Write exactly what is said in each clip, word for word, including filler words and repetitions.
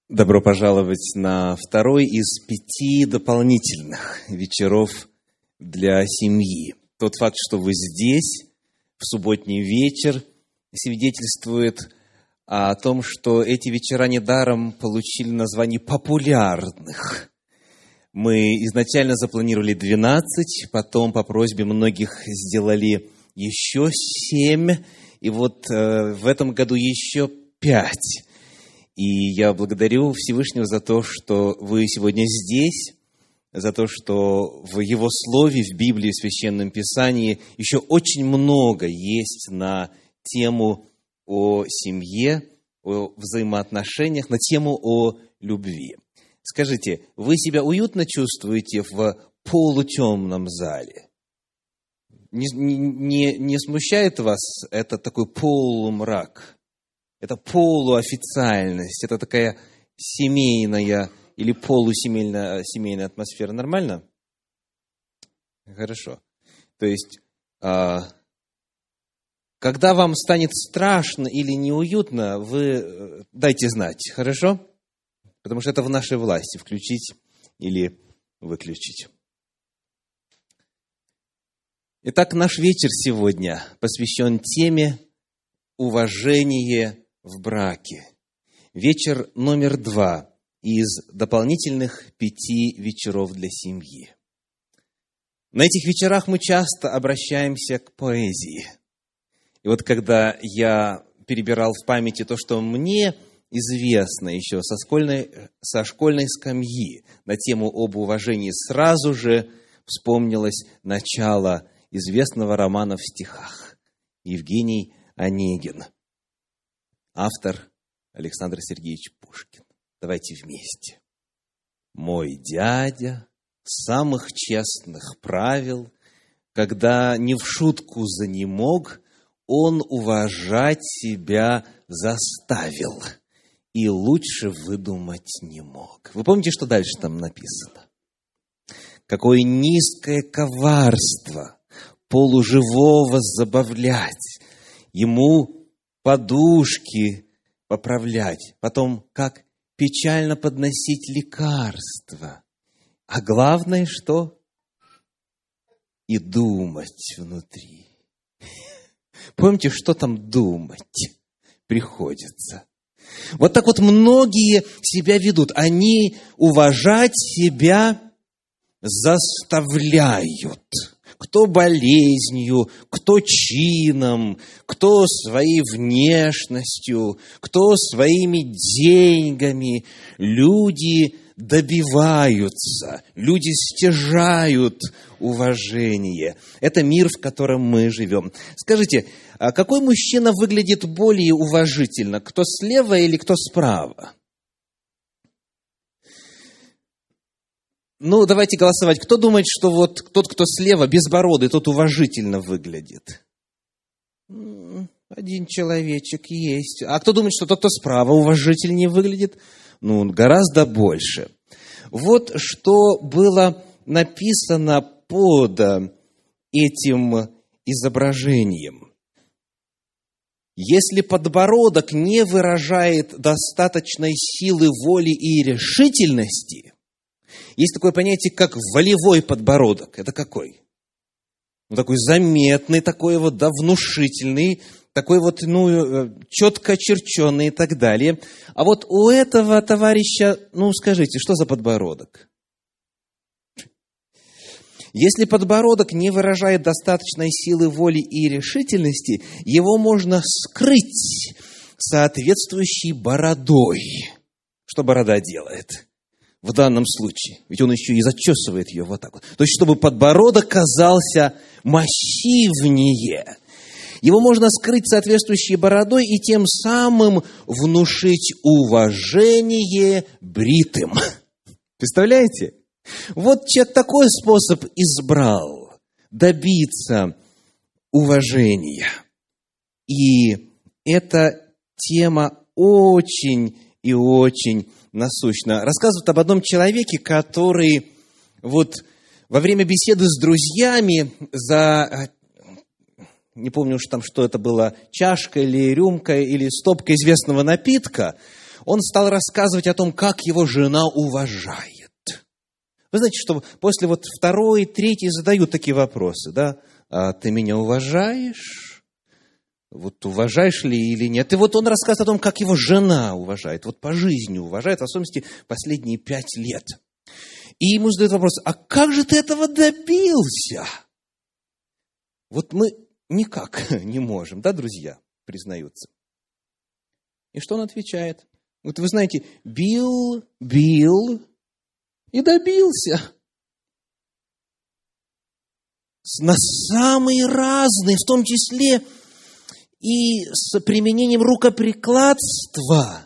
Добро пожаловать на второй из пяти дополнительных вечеров для семьи. Тот факт, что вы здесь в субботний вечер, свидетельствует о том, что эти вечера недаром получили название популярных. Мы изначально запланировали двенадцать, потом по просьбе многих сделали еще семь, и вот э, в этом году еще пять. И я благодарю Всевышнего за то, что вы сегодня здесь, за то, что в Его Слове, в Библии, в Священном Писании еще очень много есть на тему о семье, о взаимоотношениях, на тему о любви. Скажите, вы себя уютно чувствуете в полутемном зале? Не, не, не смущает вас это такой полумрак? Это полуофициальность, это такая семейная или полусемейная семейная атмосфера. Нормально? Хорошо. То есть, когда вам станет страшно или неуютно, вы дайте знать, хорошо? Потому что это в нашей власти включить или выключить. Итак, наш вечер сегодня посвящен теме «Уважение в браке». Вечер номер два из дополнительных пяти вечеров для семьи. На этих вечерах мы часто обращаемся к поэзии. И вот когда я перебирал в памяти то, что мне известно еще со школьной, со школьной скамьи на тему об уважении, сразу же вспомнилось начало известного романа в стихах. Евгений Онегин. Автор Александр Сергеевич Пушкин. Давайте вместе. Мой дядя самых честных правил, когда не в шутку занемог, он уважать себя заставил и лучше выдумать не мог. Вы помните, что дальше там написано? Какое низкое коварство полуживого забавлять, ему подушки поправлять, потом как печально подносить лекарства. А главное, что? И думать внутри. Помните, что там думать приходится? Вот так вот многие себя ведут. Они уважать себя заставляют. Кто болезнью, кто чином, кто своей внешностью, кто своими деньгами. Люди добиваются, люди стяжают уважение. Это мир, в котором мы живем. Скажите, а какой мужчина выглядит более уважительно? Кто слева или кто справа? Ну, давайте голосовать. Кто думает, что вот тот, кто слева, безбородый, тот уважительно выглядит? Один человечек есть. А кто думает, что тот, кто справа, уважительнее выглядит? Ну, гораздо больше. Вот что было написано под этим изображением. Если подбородок не выражает достаточной силы воли и решительности, есть такое понятие, как волевой подбородок. Это какой? Ну, такой заметный, такой вот, да, внушительный, такой вот, ну, четко очерченный и так далее. А вот у этого товарища, ну, скажите, что за подбородок? Если подбородок не выражает достаточной силы воли и решительности, его можно скрыть соответствующей бородой. Что борода делает? В данном случае. Ведь он еще и зачесывает ее вот так вот. То есть, чтобы подбородок казался массивнее. Его можно скрыть соответствующей бородой и тем самым внушить уважение бритым. Представляете? Вот человек такой способ избрал добиться уважения. И эта тема очень и очень насущно. Рассказывают об одном человеке, который вот во время беседы с друзьями за, не помню уж там, что это было, чашкой или рюмкой или стопкой известного напитка, он стал рассказывать о том, как его жена уважает. Вы знаете, что после вот второй, третьей задают такие вопросы, да? А ты меня уважаешь? Вот уважаешь ли или нет? И вот он рассказывает о том, как его жена уважает, вот по жизни уважает, в особенности последние пять лет. И ему задают вопрос, а как же ты этого добился? Вот мы никак не можем, да, друзья, признаются. И что он отвечает? Вот вы знаете, бил, бил и добился. На самые разные, в том числе и с применением рукоприкладства,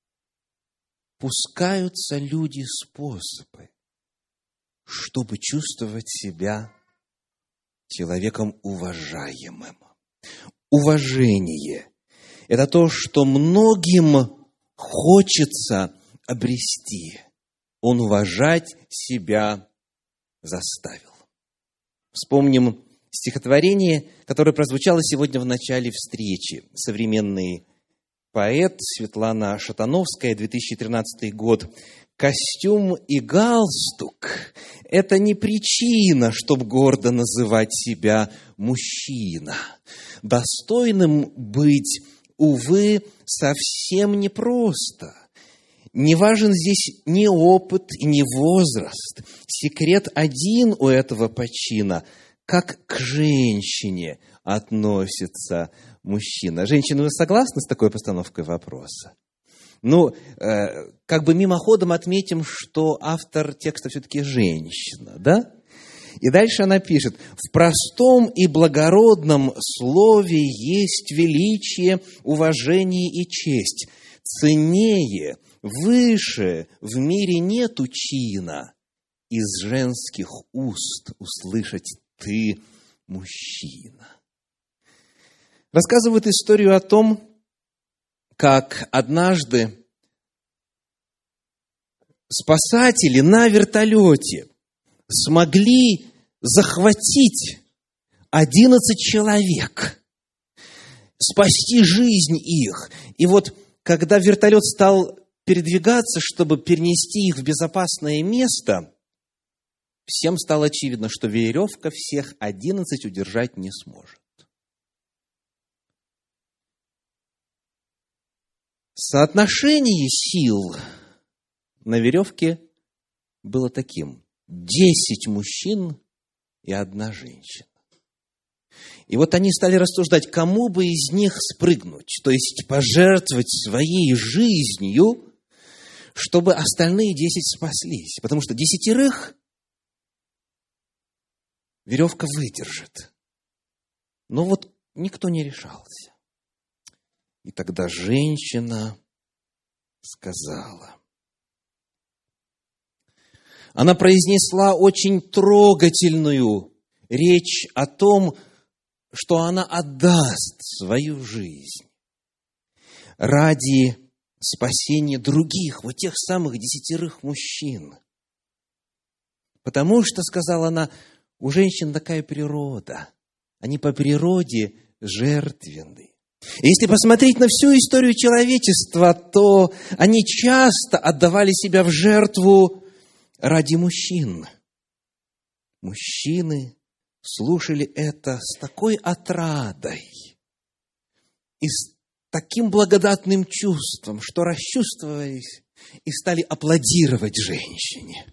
пускаются люди способы, чтобы чувствовать себя человеком уважаемым. Уважение – это то, что многим хочется обрести. Он уважать себя заставил. Вспомним стихотворение, которое прозвучало сегодня в начале встречи. Современный поэт Светлана Шатановская, две тысячи тринадцатый год. Костюм и галстук – это не причина, чтобы гордо называть себя мужчина. Достойным быть, увы, совсем непросто. Не важен здесь ни опыт и ни возраст. Секрет один у этого почина – как к женщине относится мужчина. Женщины, вы согласны с такой постановкой вопроса? Ну, э, как бы мимоходом отметим, что автор текста все-таки женщина, да? И дальше она пишет: «В простом и благородном слове есть величие, уважение и честь. Ценнее, выше в мире нету чина. Из женских уст услышать ты мужчина». Рассказывают историю о том, как однажды спасатели на вертолете смогли захватить одиннадцать человек, спасти жизнь их. И вот когда вертолет стал передвигаться, чтобы перенести их в безопасное место, всем стало очевидно, что веревка всех одиннадцать удержать не сможет. Соотношение сил на веревке было таким: десять мужчин и одна женщина. И вот они стали рассуждать, кому бы из них спрыгнуть, то есть пожертвовать своей жизнью, чтобы остальные десять спаслись. Потому что десятерых веревка выдержит. Но вот никто не решался. И тогда женщина сказала. Она произнесла очень трогательную речь о том, что она отдаст свою жизнь ради спасения других, вот тех самых десятерых мужчин. Потому что, сказала она, у женщин такая природа. Они по природе жертвенны. И если посмотреть на всю историю человечества, то они часто отдавали себя в жертву ради мужчин. Мужчины слушали это с такой отрадой и с таким благодатным чувством, что расчувствовались и стали аплодировать женщине.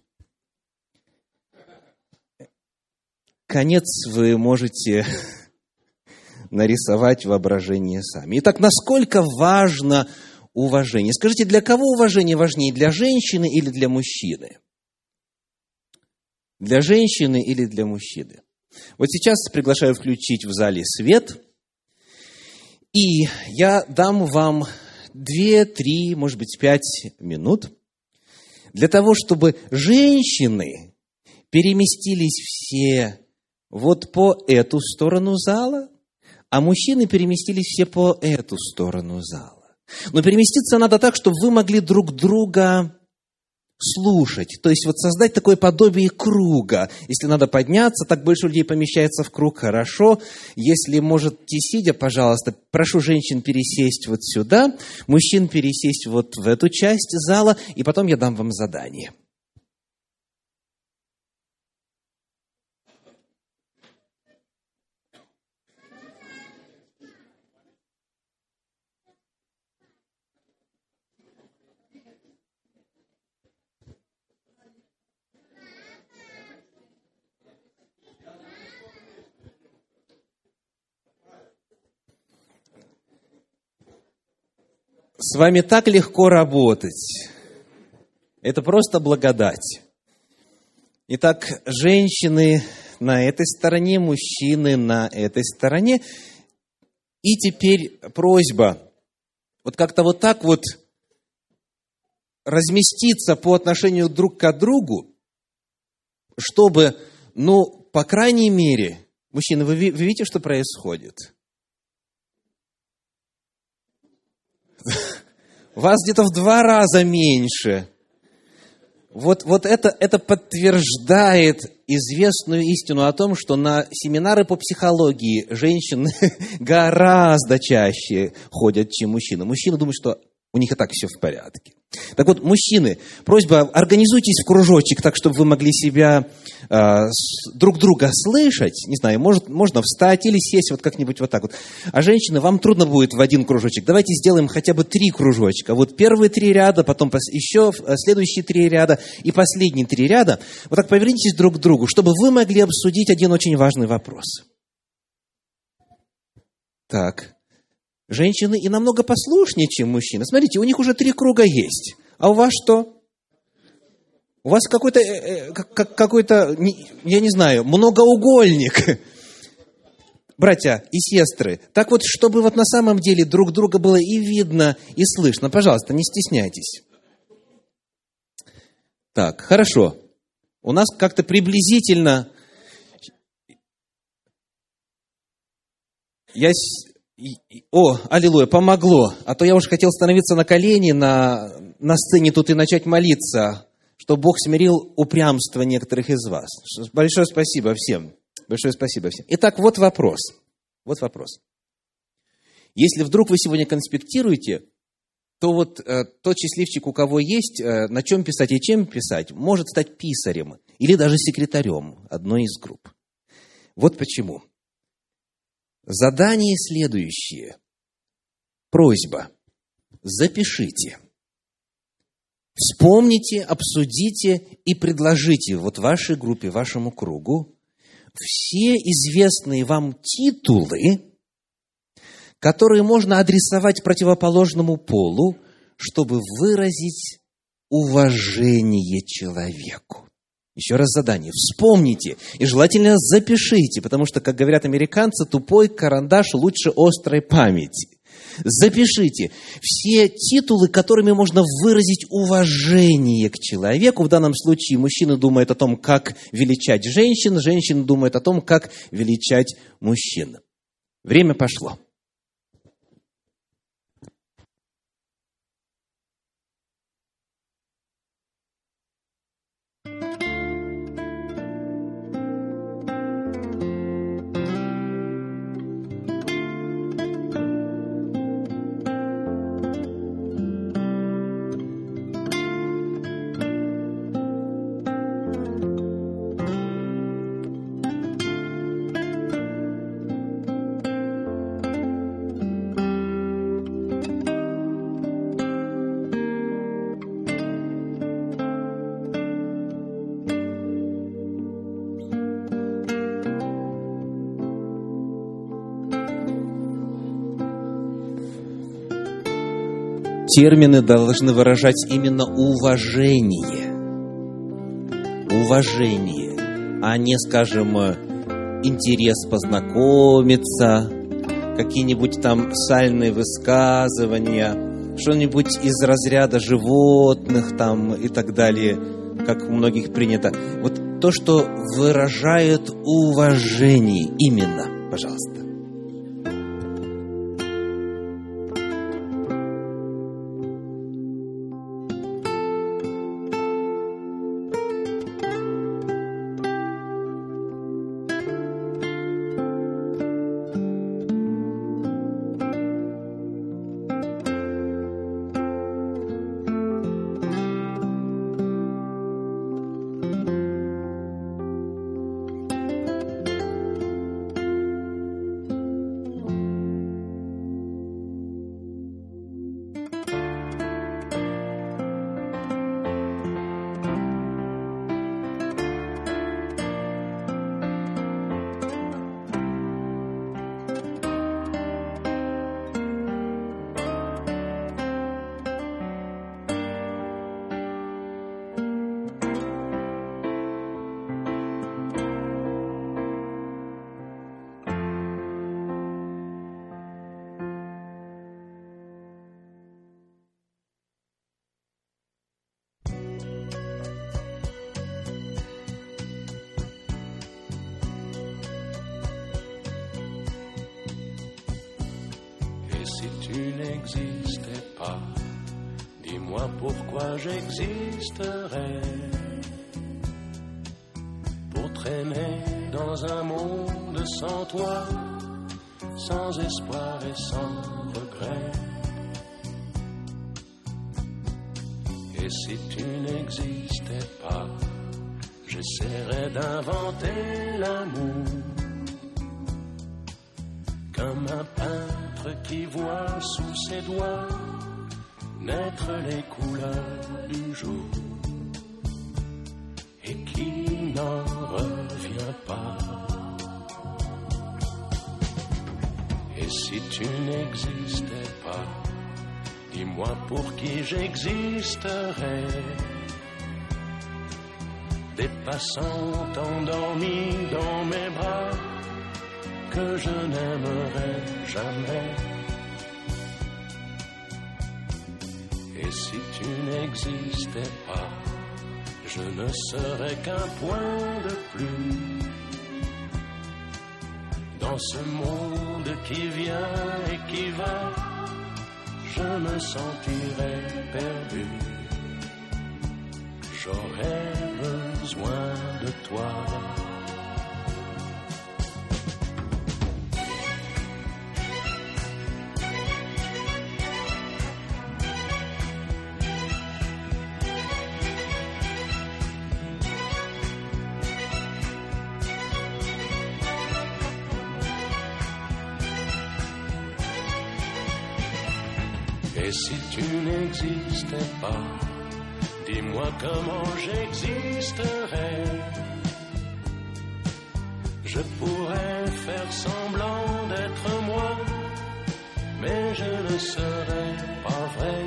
Конец вы можете нарисовать воображение сами. Итак, насколько важно уважение? Скажите, для кого уважение важнее? Для женщины или для мужчины? Для женщины или для мужчины? Вот сейчас приглашаю включить в зале свет, и я дам вам две, три, может быть, пять минут для того, чтобы женщины переместились все вот по эту сторону зала, а мужчины переместились все по эту сторону зала. Но переместиться надо так, чтобы вы могли друг друга слушать. То есть вот создать такое подобие круга. Если надо подняться, так больше людей помещается в круг, хорошо. Если можете сидя, пожалуйста, прошу женщин пересесть вот сюда, мужчин пересесть вот в эту часть зала, и потом я дам вам задание. С вами так легко работать. Это просто благодать. Итак, женщины на этой стороне, мужчины на этой стороне. И теперь просьба. Вот как-то вот так вот разместиться по отношению друг к другу, чтобы, ну, по крайней мере, мужчины, вы, вы видите, что происходит? Вас где-то в два раза меньше. Вот, вот это, это подтверждает известную истину о том, что на семинары по психологии женщины гораздо чаще ходят, чем мужчины. Мужчины думают, что у них и так все в порядке. Так вот, мужчины, просьба, организуйтесь в кружочек так, чтобы вы могли себя э, с, друг друга слышать. Не знаю, может, можно встать или сесть вот как-нибудь вот так вот. А женщины, вам трудно будет в один кружочек. Давайте сделаем хотя бы три кружочка. Вот первые три ряда, потом еще следующие три ряда и последние три ряда. Вот так повернитесь друг к другу, чтобы вы могли обсудить один очень важный вопрос. Так. Женщины и намного послушнее, чем мужчины. Смотрите, у них уже три круга есть. А у вас что? У вас какой-то, э, какой-то, я не знаю, многоугольник. Братья и сестры, так вот, чтобы вот на самом деле друг друга было и видно, и слышно. Пожалуйста, не стесняйтесь. Так, хорошо. У нас как-то приблизительно... Я... О, аллилуйя, помогло. А то я уже хотел становиться на колени на, на сцене тут и начать молиться, чтобы Бог смирил упрямство некоторых из вас. Большое спасибо всем. Большое спасибо всем. Итак, вот вопрос. Вот вопрос. Если вдруг вы сегодня конспектируете, то вот э, тот счастливчик, у кого есть, э, на чем писать и чем писать, может стать писарем или даже секретарем одной из групп. Вот почему. Задание следующее. Просьба. Запишите. Вспомните, обсудите и предложите вот вашей группе, вашему кругу все известные вам титулы, которые можно адресовать противоположному полу, чтобы выразить уважение человеку. Еще раз задание. Вспомните и желательно запишите, потому что, как говорят американцы, тупой карандаш лучше острой памяти. Запишите все титулы, которыми можно выразить уважение к человеку. В данном случае мужчины думают о том, как величать женщин, женщины думают о том, как величать мужчин. Время пошло. Термины должны выражать именно уважение. Уважение, а не, скажем, интерес познакомиться, какие-нибудь там сальные высказывания, что-нибудь из разряда животных там и так далее, как у многих принято. Вот то, что выражает уважение именно, пожалуйста. tu n'existais pas, dis-moi pourquoi j'existerais. Pour traîner dans un monde sans toi, sans espoir et sans regret. Et si tu n'existais pas, j'essaierais d'inventer l'amour, comme un peintre qui voit sous ses doigts naître les couleurs du jour et qui n'en revient pas. Et si tu n'existais pas, dis-moi pour qui j'existerais. Des passants endormis dans mes bras que je n'aimerais jamais. Et si tu n'existais pas, je ne serais qu'un point de plus dans ce monde qui vient et qui va. Je me sentirais perdu. J'aurais besoin de toi. Et si tu n'existais pas, dis-moi comment j'existerais. Je pourrais faire semblant d'être moi, mais je ne serais pas vrai.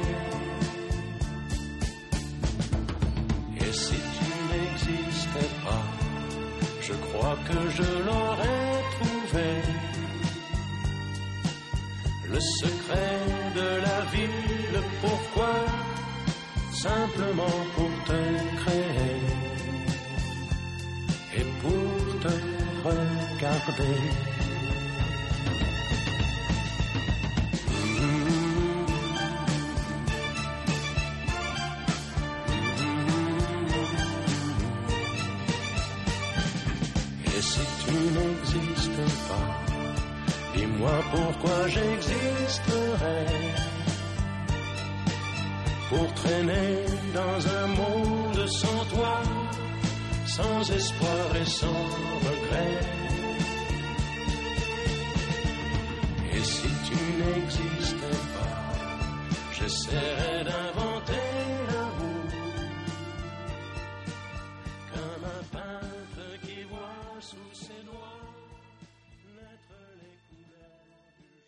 Et si tu n'existais pas, je crois que je l'aurais trouvé. Le secret de la vie, le pourquoi, simplement pour te créer et pour te regarder. Et si tu n'existais pas, dis-moi pourquoi j'existerais. Pour traîner dans un monde sans toi, sans espoir et sans regret. Et si tu n'existais pas, j'essaierais d'inventer l'amour, comme un peintre qui voit sous ses doigts naître les couleurs du jour.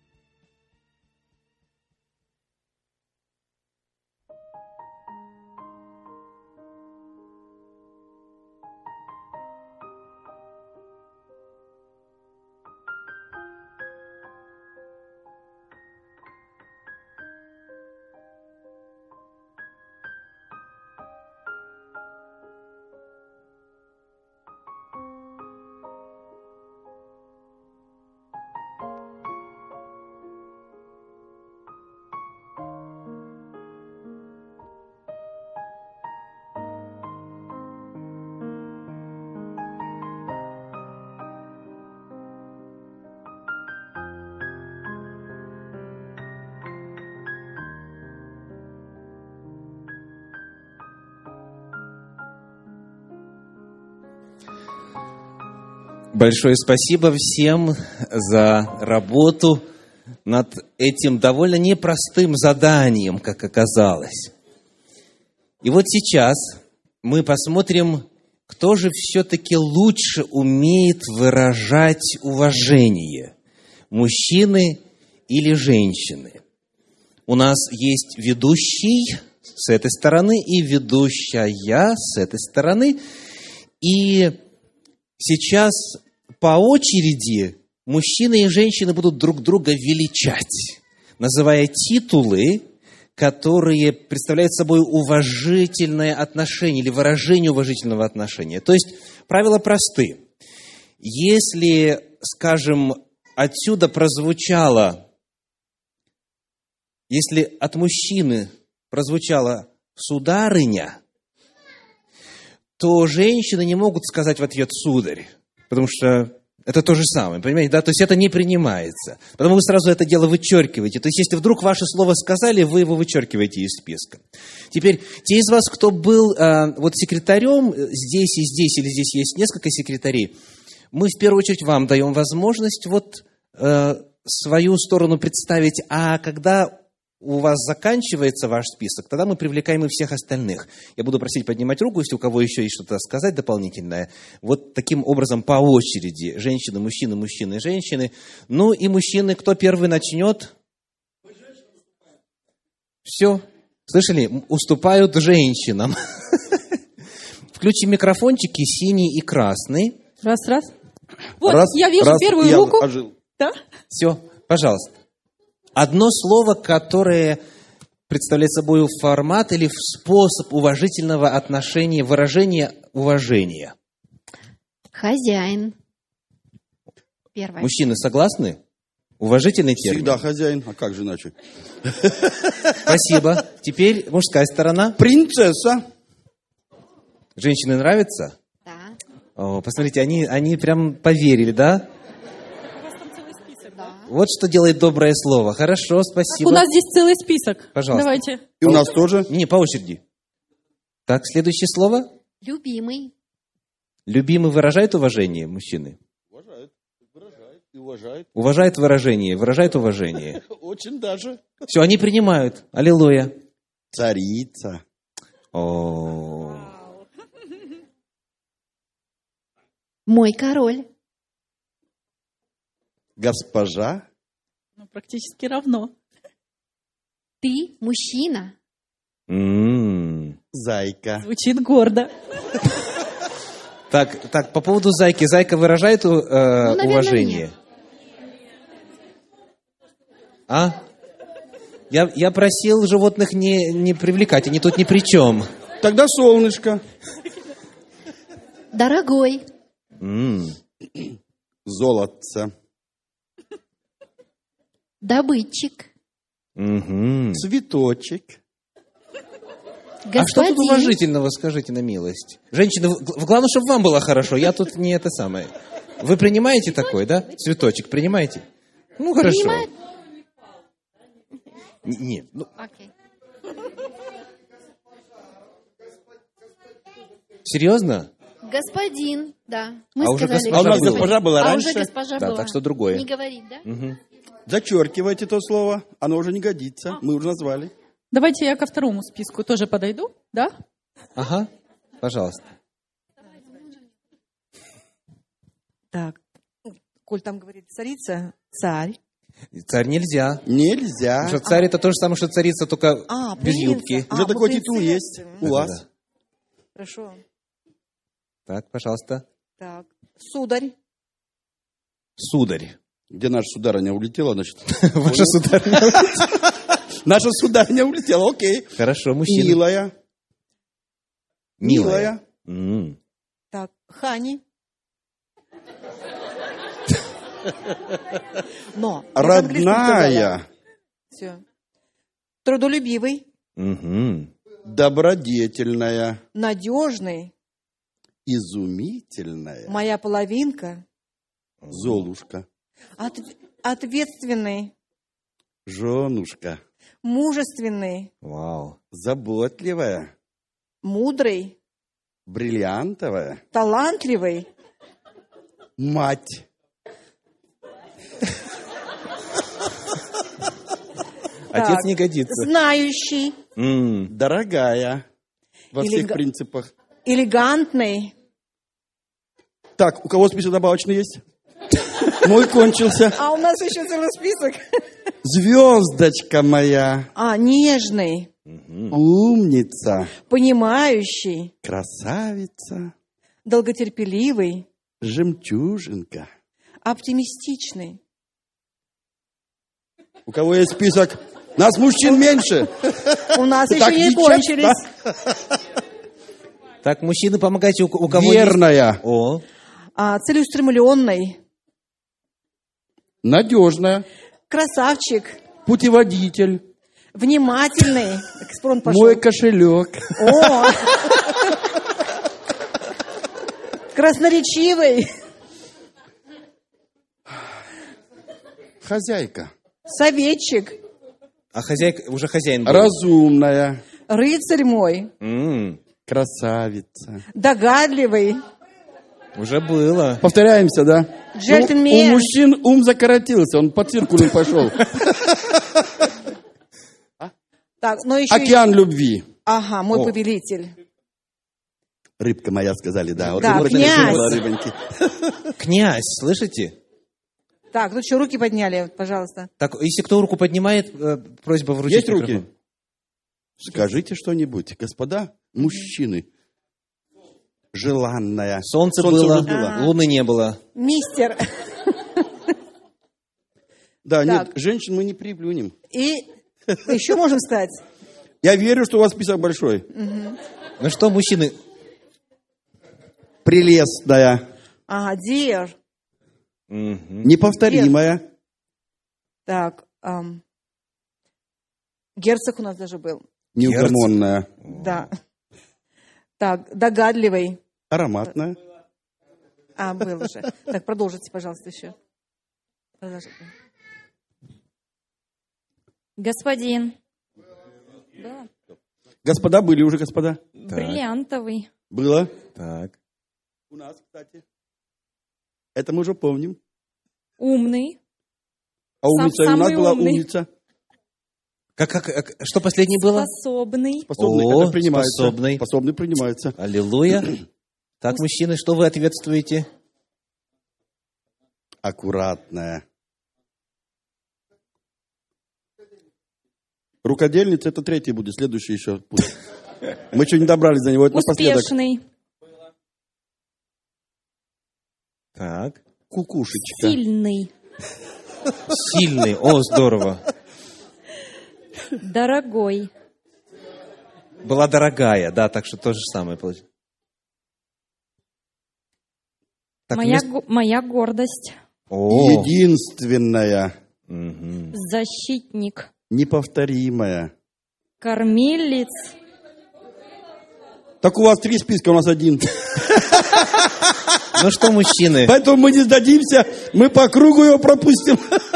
Большое спасибо всем за работу над этим довольно непростым заданием, как оказалось. И вот сейчас мы посмотрим, кто же все-таки лучше умеет выражать уважение, мужчины или женщины. У нас есть ведущий с этой стороны и ведущая с этой стороны. И сейчас по очереди мужчины и женщины будут друг друга величать, называя титулы, которые представляют собой уважительное отношение или выражение уважительного отношения. То есть правила просты. Если, скажем, отсюда прозвучало Если от мужчины прозвучало «сударыня», то женщины не могут сказать в ответ «сударь», потому что это то же самое, понимаете, да? То есть это не принимается. Потому вы сразу это дело вычеркиваете. То есть если вдруг ваше слово сказали, вы его вычеркиваете из списка. Теперь, те из вас, кто был э, вот секретарем здесь и здесь, или здесь есть несколько секретарей, мы в первую очередь вам даем возможность вот э, свою сторону представить, а когда у вас заканчивается ваш список, тогда мы привлекаем и всех остальных. Я буду просить поднимать руку, если у кого еще есть что-то сказать дополнительное. Вот таким образом по очереди. Женщины, мужчины, мужчины, женщины. Ну и мужчины, кто первый начнет? Все. Слышали? Уступают женщинам. Включим микрофончики синий и красный. Раз, раз. Вот, Раз, я вижу раз, первую я руку. ожил. Да? Все, пожалуйста. Одно слово, которое представляет собой формат или способ уважительного отношения, выражения уважения. Хозяин. Первое. Мужчины согласны? Уважительный термин. Всегда хозяин, а как же иначе? Спасибо. Теперь мужская сторона. Принцесса. Женщины нравится? Да. О, посмотрите, они, они прям поверили, да? Да. Вот что делает доброе слово. Хорошо, спасибо. У нас здесь целый список. Пожалуйста. Давайте. И у нас тоже. Не, по очереди. Так, следующее слово. Любимый. Любимый выражает уважение мужчины? Уважает, выражает и уважает. Уважает выражение, выражает уважение. Очень даже. Все, они принимают. Аллилуйя. Царица. О, Мой король. Госпожа. Ну, практически равно. Ты мужчина. м. Зайка. Звучит гордо. Так, так, по поводу зайки. Зайка выражает э, наверное, уважение? нет. А? Я, я просил животных не, не привлекать, они тут ни при чем. Тогда солнышко. Дорогой. М. Золотце. Добытчик. Мгм. Цветочек. А что тут Господин. уважительного, скажите на милость? Женщины, в- в- главное, чтобы вам было хорошо, я тут не это самое. Вы принимаете такой, да? Цветочек принимаете? Ну, хорошо. Принимает? Н- Нет, ну, Окей. серьезно? Господин. Да. Мы А уже сказали. госпожа А у нас было. госпожа была А раньше. уже госпожа Да, была. так что другое. Не говорить, да? Мгм. Зачеркивайте то слово. Оно уже не годится. Мы уже назвали. Давайте я ко второму списку тоже подойду, да? Ага, пожалуйста. Так, коль там говорит царица, царь. Царь нельзя. Нельзя. Потому что царь это то же самое, что царица, только А, без принца. юбки. А, Уже мы такой титул принцессы. есть у вас. Да-да-да. Хорошо. Так, пожалуйста. Так, сударь. Сударь. Где наша сударыня улетела, значит? Ваша сударыня. Наша сударыня улетела, окей. Хорошо, мужчина. Милая. Милая. Милая. М. Так, хани. Но. Родная. Все. Трудолюбивый, Мгм. Добродетельная. надежный, Изумительная. моя половинка, Золушка. отв- ответственный, Женушка. мужественный, Вау. Заботливая. мудрый, Бриллиантовая. талантливый, Мать. Отец Так. не годится. знающий, М. Дорогая. Во Или всех га- принципах. элегантный. Так, у кого список добавочный есть? Мой кончился. А у нас еще целый список. Звездочка моя. А, нежный, Умница. понимающий, Красавица. долготерпеливый, Жемчужинка. оптимистичный. У кого есть список? Нас мужчин меньше. У нас Так еще не нечестно. кончились. Так, мужчины, помогайте, у, у кого есть... Верная. О, А, целеустремленный, Надежная. красавчик, Путеводитель. Внимательный. Экспромт пошел. Мой кошелек. О! Красноречивый. Хозяйка. Советчик. А хозяйка, уже хозяин был. Разумная. Рыцарь мой. М, Красавица. Догадливый. уже было. Повторяемся, да? Джентльмен. У, у мужчин ум закоротился, он по циркулю пошел. Так, но еще... Океан любви. Ага, мой О. повелитель. Рыбка моя, сказали, да. Вот Да, вот князь. это была рыбоньки. Князь, слышите? Так, ну что, руки подняли, пожалуйста. Так, если кто руку поднимает, э, просьба вручить Есть руки? микрофон. Скажите что-нибудь, господа, мужчины. Желанная. Солнце, Солнце было, уже было. луны не было. Мистер. Да, Так. нет, женщин мы не приплюнем. И еще можем стать. Я верю, что у вас список большой. Ну что, мужчины, Прелестная, Ага, dear. мгм. неповторимая, Так, ам, герцог у нас даже был. неугомонная, Да. Так, догадливый. ароматная. А, был уже. Так, продолжите, пожалуйста, еще. Продолжите. Господин. Да. Господа были уже, господа? Бриллиантовый. Было. Так. У нас, кстати. Это мы уже помним. Умный. А умница и у нас самый была умный. умница. Как, как, как- что последнее было? Способный. Способный, О, это принимается. способный. Способный принимается. Аллилуйя. Так, мужчины, что вы ответствуете? Аккуратная. Рукодельница, это третий будет, следующий еще будет. Мы еще не добрались до него, это напоследок. Успешный. Так. Кукушечка. Сильный. Сильный. О, здорово. Дорогой. Была дорогая, да, так что то же самое получилось. Так, Моя, вместо- го- моя гордость. О, Единственная, мгм. Защитник. неповторимая. Кормилец. Так у вас три списка, у нас один. Ну что, мужчины, Поэтому мы не сдадимся, мы по кругу его пропустим.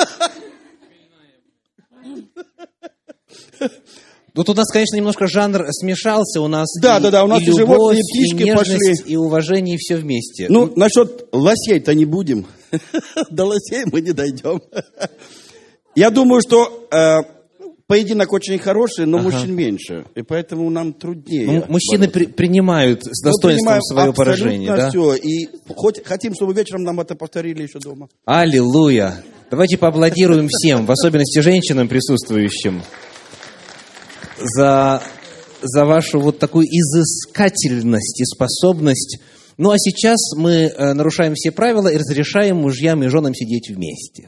тут у нас, конечно, немножко жанр смешался. У нас Да, и, да, да, у нас и и любовь, животные, и птички и нежность, пошли. и уважение, и все вместе. Ну, насчет лосей-то не будем. До лосей мы не дойдем. Я думаю, что э, поединок очень хороший, но Ага. мужчин меньше. И поэтому нам труднее. Ну, мужчины бороться. при- принимают с Мы достоинством принимаем свое поражение. Да? все. И хоть хотим, чтобы вечером нам это повторили еще дома. Аллилуйя. Давайте поаплодируем всем, в особенности женщинам присутствующим, за, за вашу вот такую изыскательность и способность. Ну, а сейчас мы э, нарушаем все правила и разрешаем мужьям и женам сидеть вместе.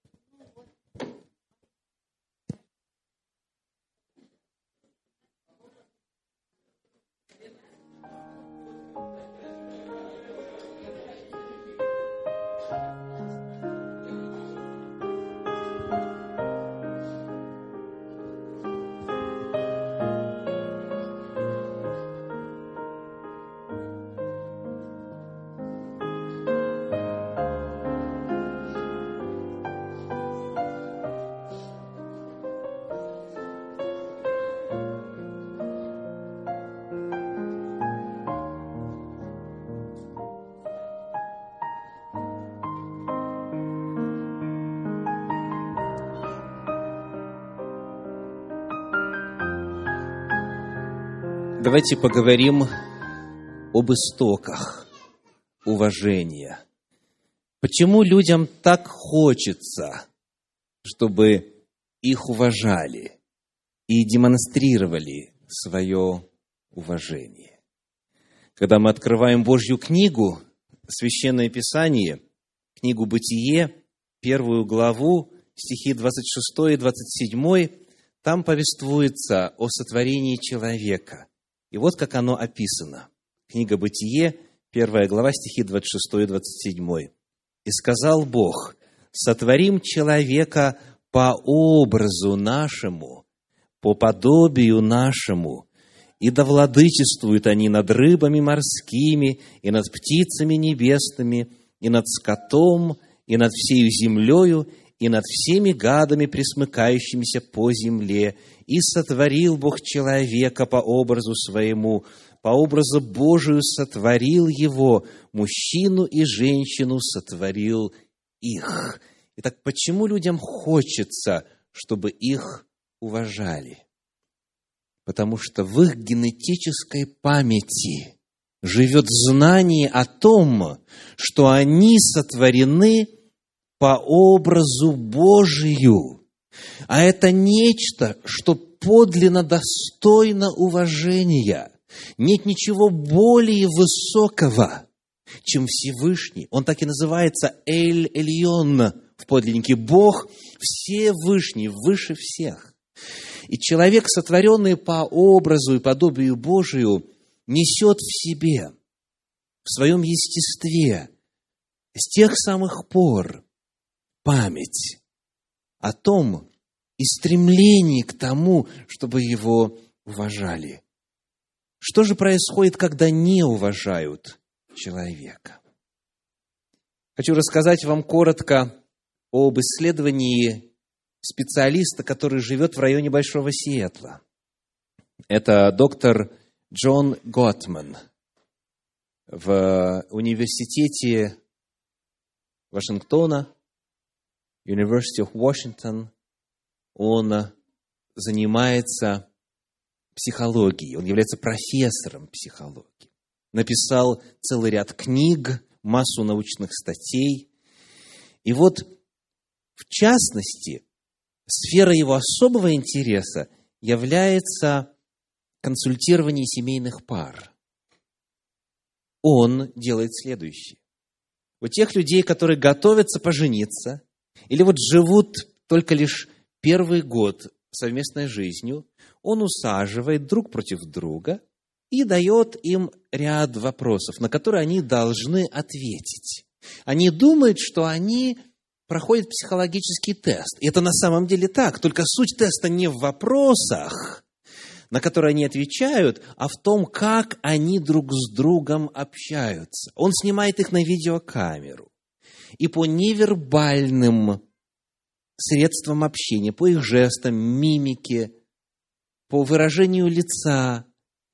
Давайте поговорим об истоках уважения. Почему людям так хочется, чтобы их уважали и демонстрировали свое уважение? Когда мы открываем Божью книгу, Священное Писание, книгу «Бытие», первую главу, стихи двадцать шестой и двадцать седьмой, там повествуется о сотворении человека. И вот как оно описано. Книга «Бытие», первая глава, стихи двадцать шестой и двадцать седьмой. «И сказал Бог: сотворим человека по образу нашему, по подобию нашему, и да владычествуют они над рыбами морскими, и над птицами небесными, и над скотом, и над всею землею, и над всеми гадами, пресмыкающимися по земле. И сотворил Бог человека по образу своему, по образу Божию сотворил его, мужчину и женщину сотворил их». Итак, почему людям хочется, чтобы их уважали? Потому что в их генетической памяти живет знание о том, что они сотворены по образу Божию. А это нечто, что подлинно достойно уважения. Нет ничего более высокого, чем Всевышний. Он так и называется Эль-Эльон в подлиннике. Бог Всевышний, выше всех. И человек, сотворенный по образу и подобию Божию, несет в себе, в своем естестве, с тех самых пор память о том и стремлении к тому, чтобы его уважали. Что же происходит, когда не уважают человека? Хочу рассказать вам коротко об исследовании специалиста, который живет в районе Большого Сиэтла. Это доктор Джон Готман в университете Вашингтона, University of Washington. Он занимается психологией, он является профессором психологии. Написал целый ряд книг, массу научных статей. И вот, в частности, сфера его особого интереса является консультирование семейных пар. Он делает следующее. У тех людей, которые готовятся пожениться, или вот живут только лишь первый год совместной жизнью, он усаживает друг против друга и дает им ряд вопросов, на которые они должны ответить. Они думают, что они проходят психологический тест. И это на самом деле так. Только суть теста не в вопросах, на которые они отвечают, а в том, как они друг с другом общаются. Он снимает их на видеокамеру. И по невербальным средствам общения, по их жестам, мимике, по выражению лица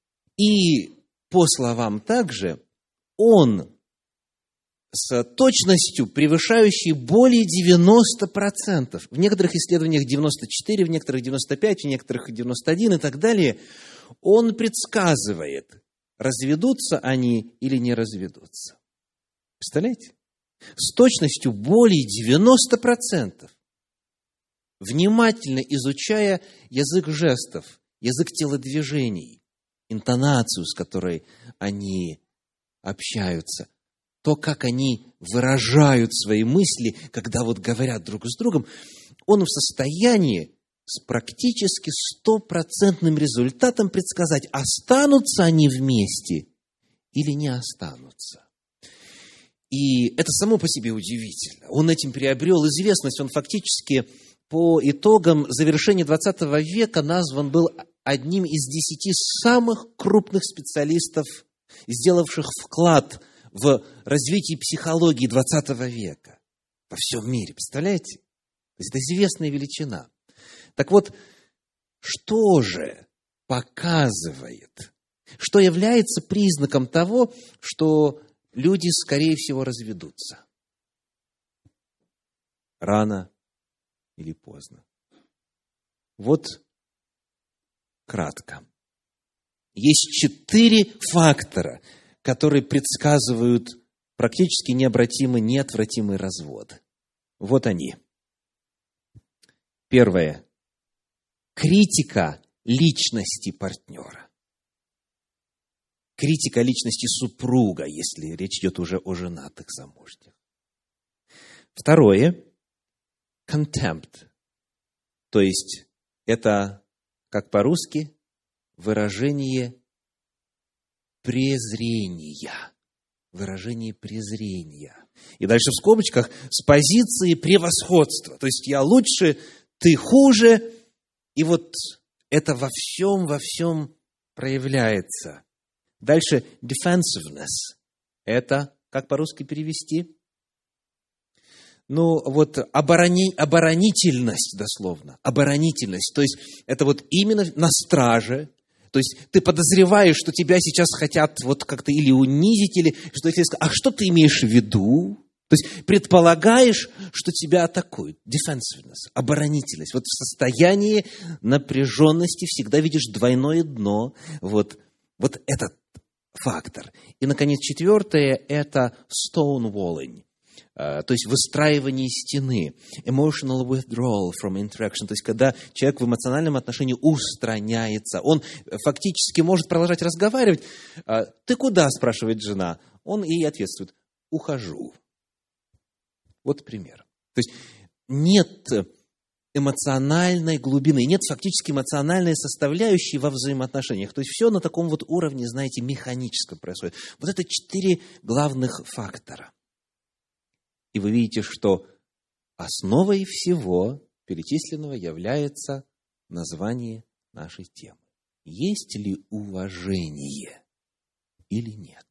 и по словам также, он с точностью, превышающей более девяноста процентов, в некоторых исследованиях девяносто четыре процента, в некоторых девяносто пять процентов, в некоторых девяносто один процент и так далее, он предсказывает, разведутся они или не разведутся. Представляете? С точностью более девяноста процентов, внимательно изучая язык жестов, язык телодвижений, интонацию, с которой они общаются, то, как они выражают свои мысли, когда вот говорят друг с другом, он в состоянии с практически стопроцентным результатом предсказать, останутся они вместе или не останутся. И это само по себе удивительно. Он этим приобрел известность, он фактически по итогам завершения двадцатого века назван был одним из десяти самых крупных специалистов, сделавших вклад в развитие психологии двадцатого века во всем мире. Представляете? То есть это известная величина. Так вот, что же показывает, что является признаком того, что люди, скорее всего, разведутся? Рано или поздно. Вот кратко. Есть четыре фактора, которые предсказывают практически необратимый, неотвратимый развод. Вот они. Первое. Критика личности партнера. Критика личности супруга, если речь идет уже о женатых замужних. Второе. Contempt. То есть, это, как по-русски, выражение презрения. Выражение презрения. И дальше в скобочках с позиции превосходства. То есть, я лучше, ты хуже. И вот это во всем, во всем проявляется. Дальше defensiveness. Это, как по-русски перевести? Ну, вот оборони, оборонительность, дословно. Оборонительность. То есть, это вот именно на страже. То есть, ты подозреваешь, что тебя сейчас хотят вот как-то или унизить, или что если сказать, а что ты имеешь в виду? То есть, предполагаешь, что тебя атакуют. Defensiveness, оборонительность. Вот в состоянии напряженности всегда видишь двойное дно. Вот, вот этот фактор. И, наконец, четвертое – это stonewalling. То есть выстраивание стены, emotional withdrawal from interaction, то есть когда человек в эмоциональном отношении устраняется, он фактически может продолжать разговаривать. «Ты куда?» – спрашивает жена. Он ей ответствует: «Ухожу». Вот пример. То есть нет эмоциональной глубины, нет фактически эмоциональной составляющей во взаимоотношениях. То есть все на таком вот уровне, знаете, механическом происходит. Вот это четыре главных фактора. И вы видите, что основой всего перечисленного является название нашей темы. Есть ли уважение или нет?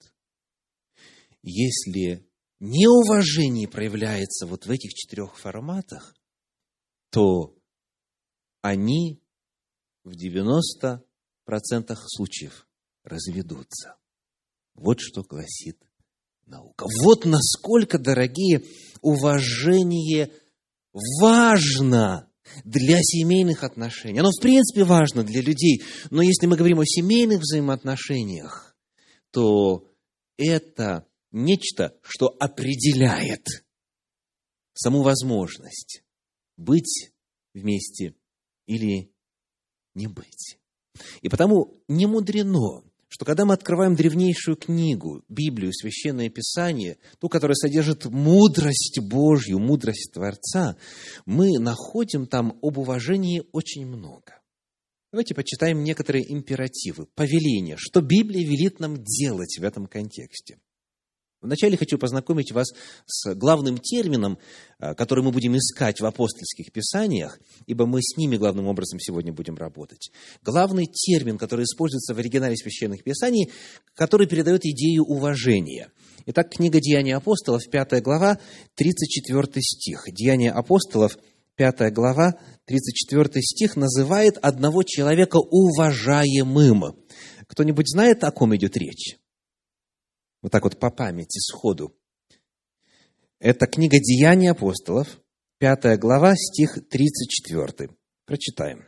Если неуважение проявляется вот в этих четырех форматах, то они в девяноста процентах случаев разведутся. Вот что гласит наука. Вот насколько, дорогие, уважение важно для семейных отношений. Оно, в принципе, важно для людей. Но если мы говорим о семейных взаимоотношениях, то это нечто, что определяет саму возможность быть вместе или не быть. И потому не мудрено, что когда мы открываем древнейшую книгу, Библию, Священное Писание, ту, которая содержит мудрость Божью, мудрость Творца, мы находим там об уважении очень много. Давайте почитаем некоторые императивы, повеления, что Библия велит нам делать в этом контексте. Вначале хочу познакомить вас с главным термином, который мы будем искать в апостольских писаниях, ибо мы с ними главным образом сегодня будем работать. Главный термин, который используется в оригинале священных писаний, который передает идею уважения. Итак, книга «Деяния апостолов», пятая глава, тридцать четвёртый стих. «Деяния апостолов», пятая глава, тридцать четвёртый стих называет одного человека уважаемым. Кто-нибудь знает, о ком идет речь? Вот так вот по памяти, сходу. Это книга «Деяния апостолов», пятая глава, стих тридцать четвёртый. Прочитаем.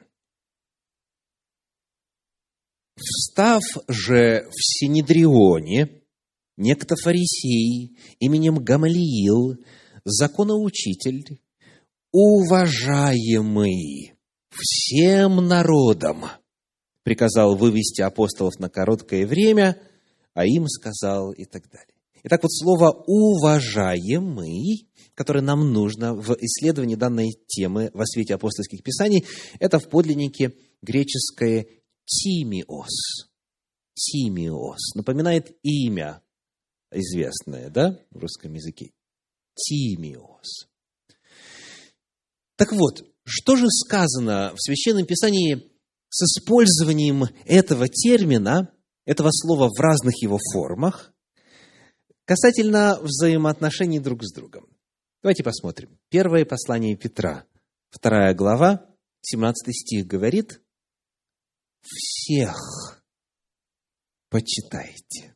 «Встав же в Синедрионе, некто фарисей именем Гамалиил, законоучитель, уважаемый всем народом, приказал вывести апостолов на короткое время, а им сказал» и так далее. Итак, вот слово «уважаемый», которое нам нужно в исследовании данной темы во свете апостольских писаний, это в подлиннике греческое «тимиос». «Тимиос» напоминает имя известное, да, в русском языке. «Тимиос». Так вот, что же сказано в Священном Писании с использованием этого термина, этого слова в разных его формах, касательно взаимоотношений друг с другом? Давайте посмотрим. Первое послание Петра, вторая глава, семнадцатый стих говорит: «Всех почитайте».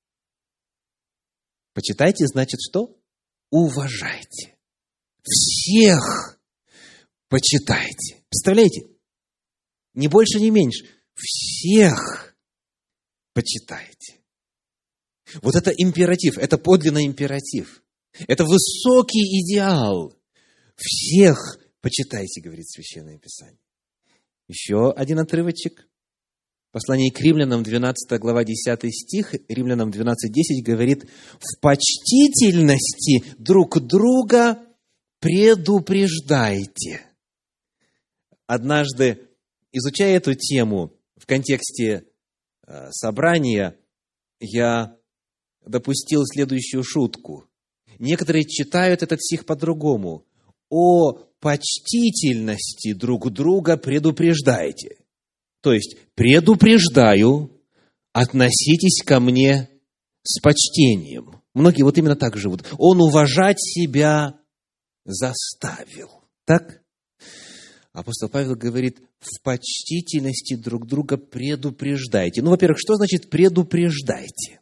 Почитайте значит что? Уважайте. Всех почитайте. Представляете? Ни больше, ни меньше. Всех почитайте. Вот это императив, это подлинный императив. Это высокий идеал. Всех почитайте, говорит Священное Писание. Еще один отрывочек. Послание к Римлянам, двенадцатая глава, десятый стих, Римлянам двенадцать десять говорит: «В почтительности друг друга предупреждайте». Однажды, изучая эту тему в контексте э, собрания, я допустил следующую шутку. Некоторые читают этот стих по-другому. «О почтительности друг друга предупреждайте». То есть, предупреждаю, относитесь ко мне с почтением. Многие вот именно так живут. Он уважать себя заставил. Так? Апостол Павел говорит, в почтительности друг друга предупреждайте. Ну, во-первых, что значит предупреждайте?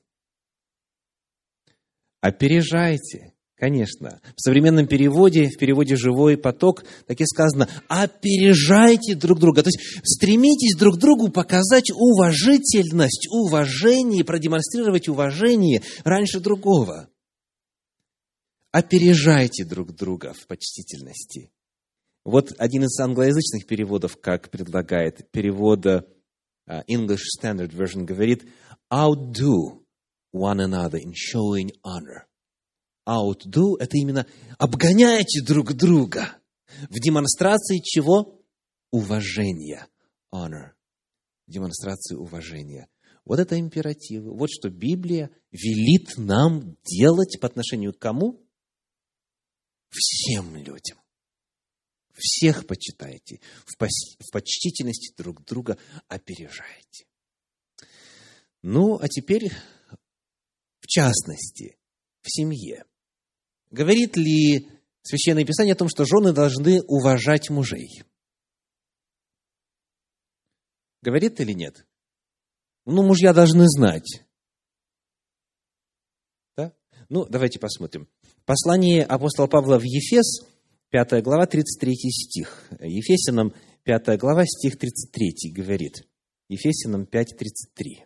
Опережайте. Конечно. В современном переводе, в переводе «Живой поток», так и сказано, опережайте друг друга. То есть, стремитесь друг другу показать уважительность, уважение, продемонстрировать уважение раньше другого. Опережайте друг друга в почтительности. Вот один из англоязычных переводов, как предлагает, перевода English Standard Version говорит, outdo one another in showing honor. Outdo – это именно обгоняйте друг друга в демонстрации чего? Уважения. Honor. Демонстрации уважения. Вот это императивы. Вот что Библия велит нам делать по отношению к кому? Всем людям. Всех почитайте. В, пос- в почтительности друг друга опережайте. Ну, а теперь, в частности, в семье. Говорит ли Священное Писание о том, что жены должны уважать мужей? Говорит или нет? Ну, мужья должны знать. Да? Ну, давайте посмотрим. Послание апостола Павла в Ефес, пятая глава, тридцать третий стих. Ефесянам пятая глава, стих тридцать третий говорит. Ефесянам пять, тридцать три.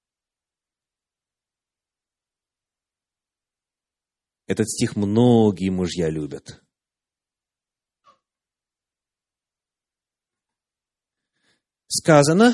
Этот стих многие мужья любят. Сказано,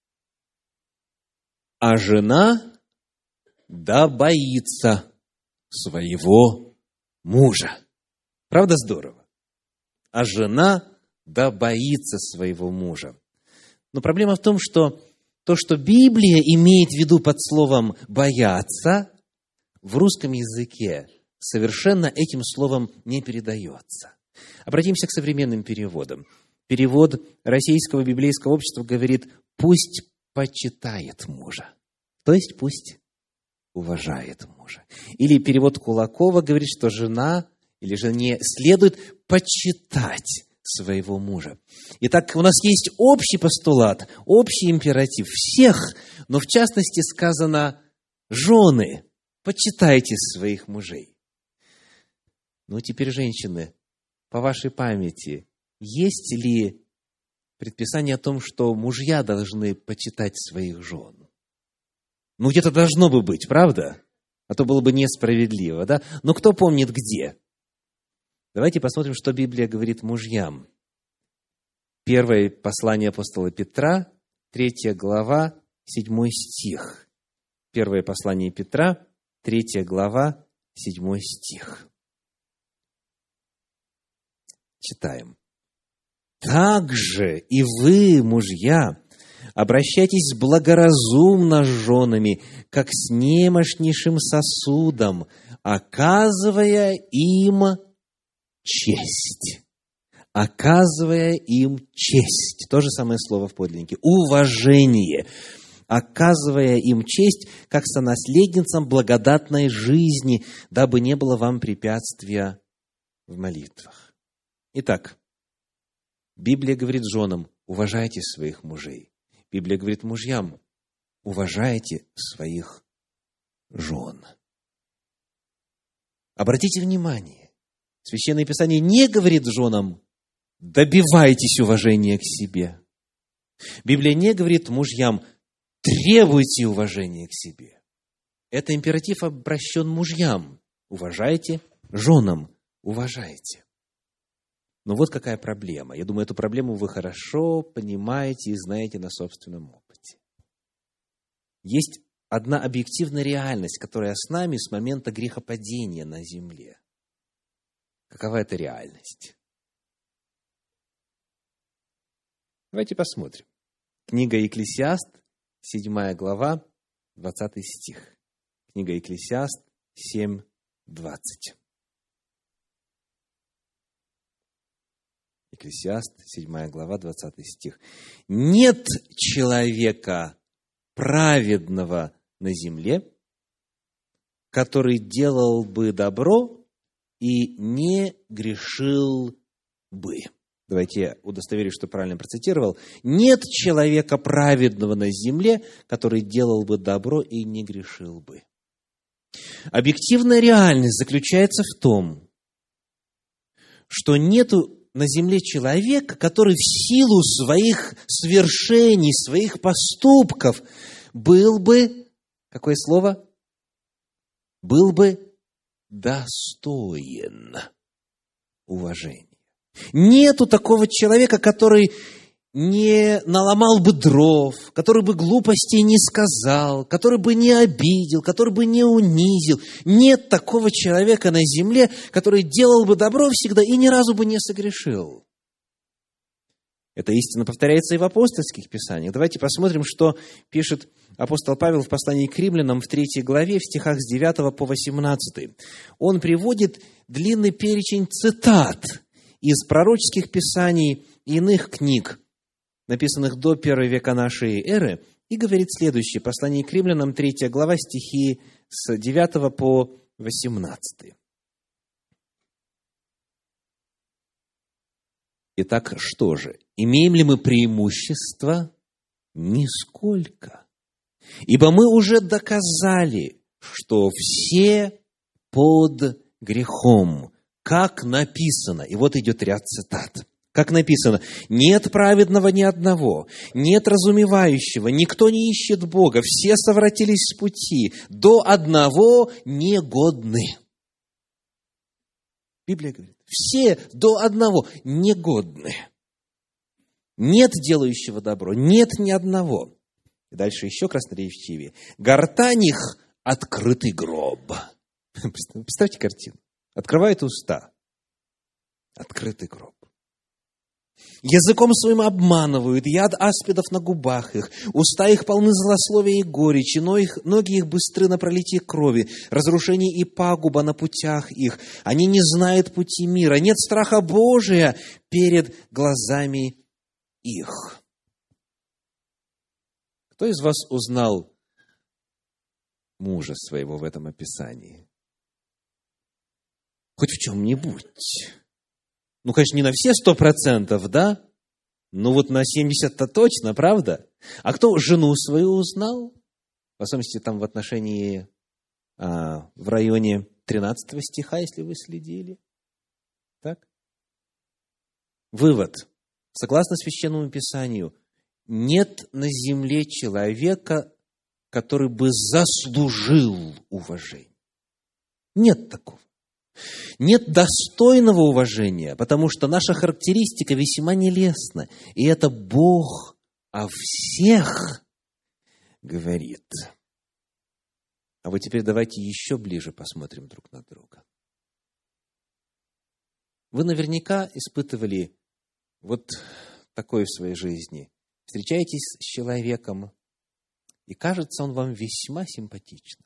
а жена да боится своего мужа. Правда здорово? А жена да боится своего мужа. Но проблема в том, что то, что Библия имеет в виду под словом «бояться», в русском языке совершенно этим словом не передается. Обратимся к современным переводам. Перевод Российского библейского общества говорит «пусть почитает мужа», то есть пусть уважает мужа. Или перевод Кулакова говорит, что жена или жене следует почитать своего мужа. Итак, у нас есть общий постулат, общий императив всех, но в частности сказано «жены, почитайте своих мужей». Ну, теперь, женщины, по вашей памяти, есть ли предписание о том, что мужья должны почитать своих жен? Ну, где-то должно бы быть, правда? А то было бы несправедливо, да? Но кто помнит где? Давайте посмотрим, что Библия говорит мужьям. Первое послание апостола Петра, третья глава, седьмой стих. Первое послание Петра, третья глава, седьмой стих. Читаем. «Также и вы, мужья, обращайтесь благоразумно с женами, как с немощнейшим сосудом, оказывая им честь». Оказывая им честь. То же самое слово в подлиннике. Уважение. Оказывая им честь, как сонаследницам благодатной жизни, дабы не было вам препятствия в молитвах. Итак, Библия говорит женам, уважайте своих мужей. Библия говорит мужьям, уважайте своих жен. Обратите внимание, Священное Писание не говорит женам, добивайтесь уважения к себе. Библия не говорит мужьям, требуйте уважения к себе. Это императив обращен мужьям. Уважайте, женам уважайте. Но вот какая проблема. Я думаю, эту проблему вы хорошо понимаете и знаете на собственном опыте. Есть одна объективная реальность, которая с нами с момента грехопадения на земле. Какова эта реальность? Давайте посмотрим. Книга Екклесиаст, седьмая глава, двадцатый стих. Книга Екклесиаст, семь, двадцать. Экклесиаст, седьмая глава, двадцатый стих. «Нет человека праведного на земле, который делал бы добро и не грешил бы». Давайте я удостоверюсь, что правильно процитировал. «Нет человека праведного на земле, который делал бы добро и не грешил бы». Объективная реальность заключается в том, что нету на земле человека, который в силу своих свершений, своих поступков был бы, какое слово? Был бы достоин уважения. Нету такого человека, который не наломал бы дров, который бы глупостей не сказал, который бы не обидел, который бы не унизил. Нет такого человека на земле, который делал бы добро всегда и ни разу бы не согрешил. Эта истина повторяется и в апостольских писаниях. Давайте посмотрим, что пишет апостол Павел в послании к римлянам в третьей главе, в стихах с девятого по восемнадцатый. Он приводит длинный перечень цитат из пророческих писаний и иных книг, написанных до первого века нашей эры, и говорит следующее. Послание к римлянам, третья глава, стихи с девятого по восемнадцатый. Итак, что же? Имеем ли мы преимущество? Нисколько. Ибо мы уже доказали, что все под грехом, как написано. И вот идет ряд цитат. Как написано: «Нет праведного ни одного, нет разумевающего, никто не ищет Бога, все совратились с пути, до одного негодны». Библия говорит, все до одного негодны. Нет делающего добро, нет ни одного. И дальше еще красноречивее. «Гортань их – открытый гроб». Представьте картину. Открывает уста. Открытый гроб. Языком своим обманывают, яд аспидов на губах их, уста их полны злословия и горечи, но их, ноги их быстры на пролитие крови, разрушение и пагуба на путях их. Они не знают пути мира, нет страха Божия перед глазами их. Кто из вас узнал мужа своего в этом описании? Хоть в чем-нибудь. Ну, конечно, не на все сто процентов, да? Ну, вот на семьдесят-то точно, правда? А кто жену свою узнал? В особенности там в отношении, а, в районе тринадцатого стиха, если вы следили. Так? Вывод. Согласно Священному Писанию, нет на земле человека, который бы заслужил уважение. Нет такого. Нет достойного уважения, потому что наша характеристика весьма нелестна. И это Бог о всех говорит. А вот теперь давайте еще ближе посмотрим друг на друга. Вы наверняка испытывали вот такое в своей жизни. Встречаетесь с человеком, и кажется он вам весьма симпатичным.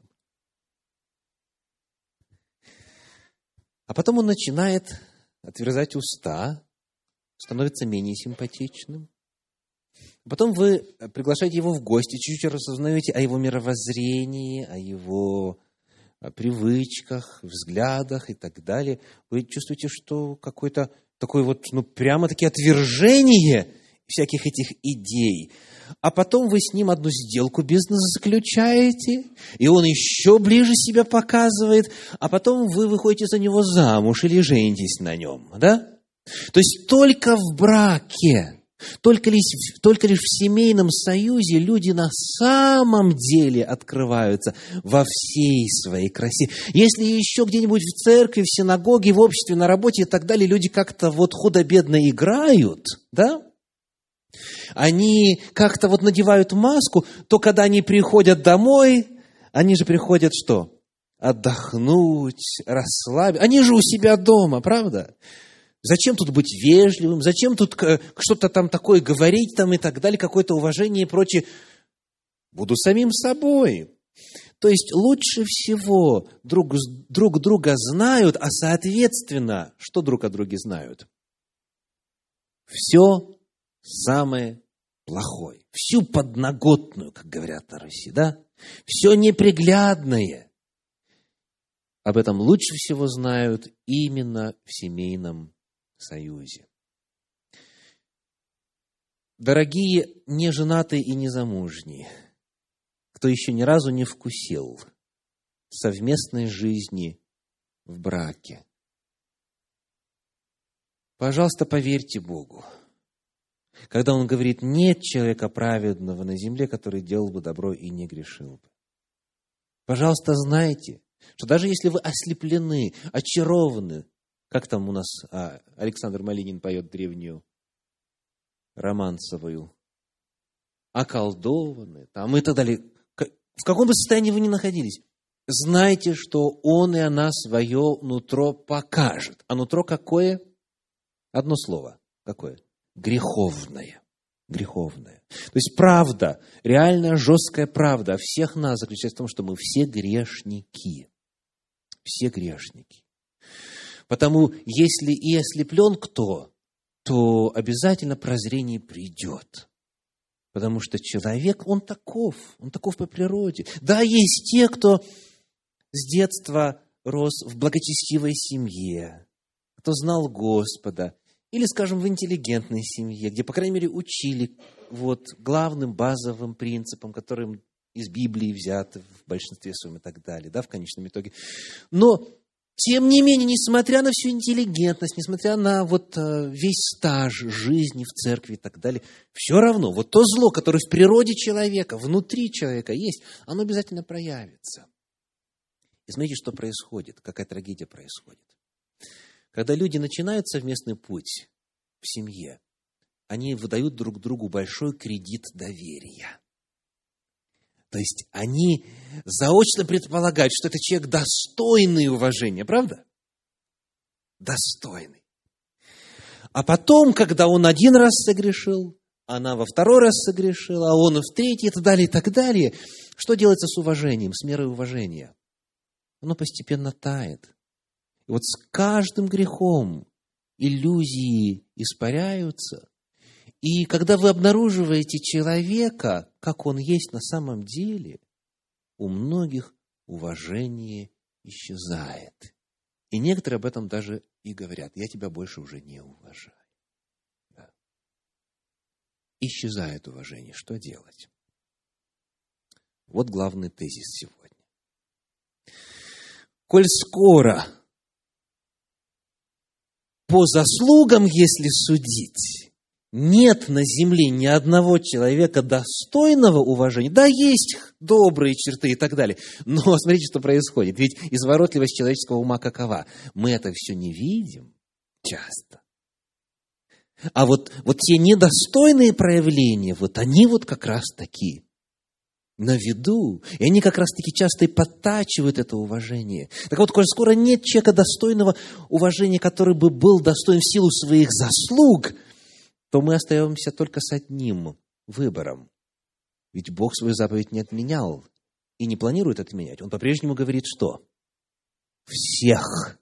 А потом он начинает отверзать уста, становится менее симпатичным. Потом вы приглашаете его в гости, чуть-чуть рассознаете о его мировоззрении, о его привычках, взглядах и так далее. Вы чувствуете, что какое-то такое вот, ну, прямо-таки отвержение всяких этих идей. А потом вы с ним одну сделку бизнеса заключаете, и он еще ближе себя показывает, а потом вы выходите за него замуж или женитесь на нем, да? То есть только в браке, только лишь, только лишь в семейном союзе люди на самом деле открываются во всей своей красе. Если еще где-нибудь в церкви, в синагоге, в обществе, на работе и так далее люди как-то вот худо-бедно играют, да? Они как-то вот надевают маску, то когда они приходят домой, они же приходят что? Отдохнуть, расслабиться. Они же у себя дома, правда? Зачем тут быть вежливым? Зачем тут что-то там такое говорить там и так далее, какое-то уважение и прочее? Буду самим собой. То есть лучше всего друг, друг друга знают, а соответственно, что друг о друге знают? все самое плохое, всю подноготную, как говорят на Руси, да? Все неприглядное. Об этом лучше всего знают именно в семейном союзе. Дорогие неженатые и незамужние, кто еще ни разу не вкусил совместной жизни в браке, пожалуйста, поверьте Богу, когда Он говорит: нет человека праведного на земле, который делал бы добро и не грешил бы. Пожалуйста, знайте, что даже если вы ослеплены, очарованы, как там у нас а, Александр Малинин поет древнюю романсовую, околдованы, там и так далее, в каком бы состоянии вы ни находились, знайте, что Он и она свое нутро покажет. А нутро какое? Одно слово. Какое? Греховное. Греховное. То есть правда, реальная жесткая правда о всех нас заключается в том, что мы все грешники. Все грешники. Потому если и ослеплен кто, то обязательно прозрение придет. Потому что человек, он таков, он таков по природе. Да, есть те, кто с детства рос в благочестивой семье, кто знал Господа, или, скажем, в интеллигентной семье, где, по крайней мере, учили вот главным базовым принципам, которым из Библии взяты в большинстве своем и так далее, да, в конечном итоге. Но тем не менее, несмотря на всю интеллигентность, несмотря на вот весь стаж жизни в церкви и так далее, все равно вот то зло, которое в природе человека, внутри человека есть, оно обязательно проявится. И смотрите, что происходит, какая трагедия происходит. Когда люди начинают совместный путь в семье, они выдают друг другу большой кредит доверия. То есть они заочно предполагают, что это человек достойный уважения, правда? Достойный. А потом, когда он один раз согрешил, она во второй раз согрешила, а он в третий, и так далее, и так далее, что делается с уважением, с мерой уважения? Оно постепенно тает. И вот с каждым грехом иллюзии испаряются. И когда вы обнаруживаете человека, как он есть на самом деле, у многих уважение исчезает. И некоторые об этом даже и говорят: я тебя больше уже не уважаю. Да. Исчезает уважение. Что делать? Вот главный тезис сегодня. Коль скоро по заслугам, если судить, нет на земле ни одного человека достойного уважения. Да, есть добрые черты и так далее. Но смотрите, что происходит. Ведь изворотливость человеческого ума какова? Мы это все не видим часто. А вот, вот те недостойные проявления, вот они вот как раз таки на виду. И они как раз таки часто и подтачивают это уважение. Так вот, коль скоро нет человека достойного уважения, который бы был достоин в силу своих заслуг, то мы остаемся только с одним выбором. Ведь Бог свою заповедь не отменял и не планирует отменять. Он по-прежнему говорит, что? Всех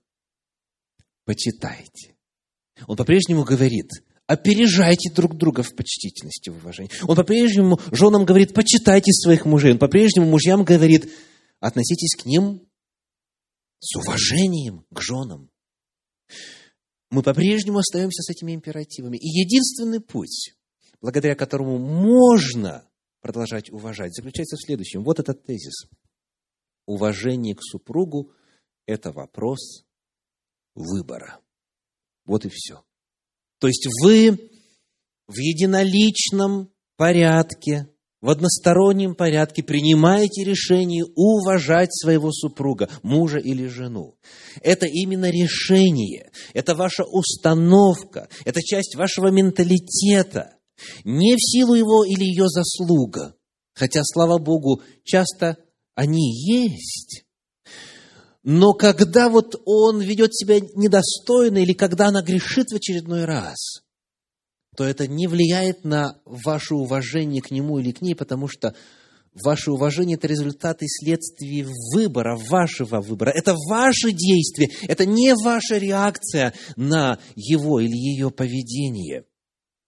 почитайте. Он по-прежнему говорит: опережайте друг друга в почтительности, в уважении. Он по-прежнему женам говорит: почитайте своих мужей. Он по-прежнему мужьям говорит: относитесь к ним с уважением, к женам. Мы по-прежнему остаемся с этими императивами. И единственный путь, благодаря которому можно продолжать уважать, заключается в следующем. Вот этот тезис. Уважение к супругу – это вопрос выбора. Вот и все. То есть вы в единоличном порядке, в одностороннем порядке принимаете решение уважать своего супруга, мужа или жену. Это именно решение, это ваша установка, это часть вашего менталитета. Не в силу его или ее заслуга, хотя, слава Богу, часто они есть. Но когда вот он ведет себя недостойно, или когда она грешит в очередной раз, то это не влияет на ваше уважение к нему или к ней, потому что ваше уважение – это результат и следствие выбора, вашего выбора. Это ваши действия, это не ваша реакция на его или ее поведение.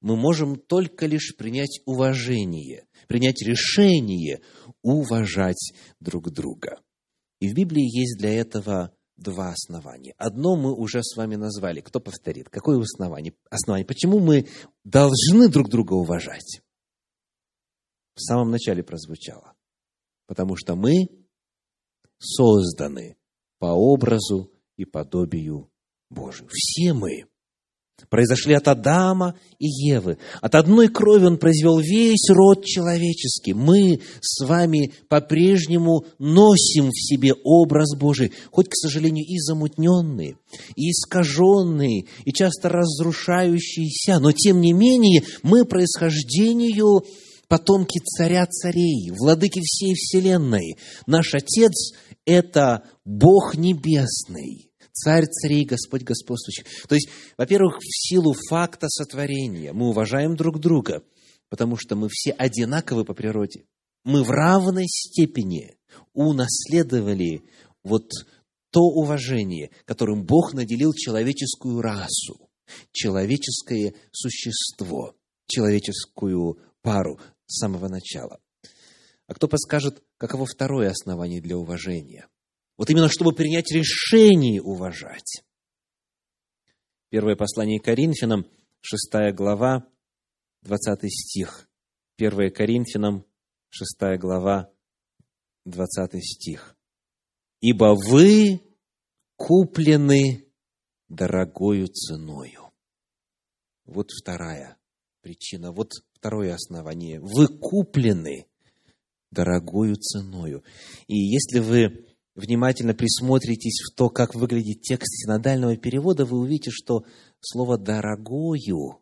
мы можем только лишь принять уважение, принять решение уважать друг друга. И в Библии есть для этого два основания. Одно мы уже с вами назвали. Кто повторит? Какое основание? Основание. Почему мы должны друг друга уважать? В самом начале прозвучало. Потому что мы созданы по образу и подобию Божию. Все мы произошли от Адама и Евы. От одной крови Он произвел весь род человеческий. Мы с вами по-прежнему носим в себе образ Божий, хоть, к сожалению, и замутненный, и искаженный, и часто разрушающийся, но, тем не менее, мы происхождению потомки царя царей, владыки всей вселенной. Наш Отец – это Бог Небесный, Царь царей, Господь господствующий. То есть, во-первых, в силу факта сотворения мы уважаем друг друга, потому что мы все одинаковы по природе. Мы в равной степени унаследовали вот то уважение, которым Бог наделил человеческую расу, человеческое существо, человеческую пару с самого начала. А кто подскажет, каково второе основание для уважения? Вот именно чтобы принять решение уважать. Первое послание Коринфянам, шестая глава, двадцатый стих. Первое Коринфянам, шестая глава, двадцатый стих. «Ибо вы куплены дорогою ценою». Вот вторая причина, вот второе основание. Вы куплены дорогою ценою. И если вы внимательно присмотритесь в то, как выглядит текст синодального перевода, вы увидите, что слово «дорогою»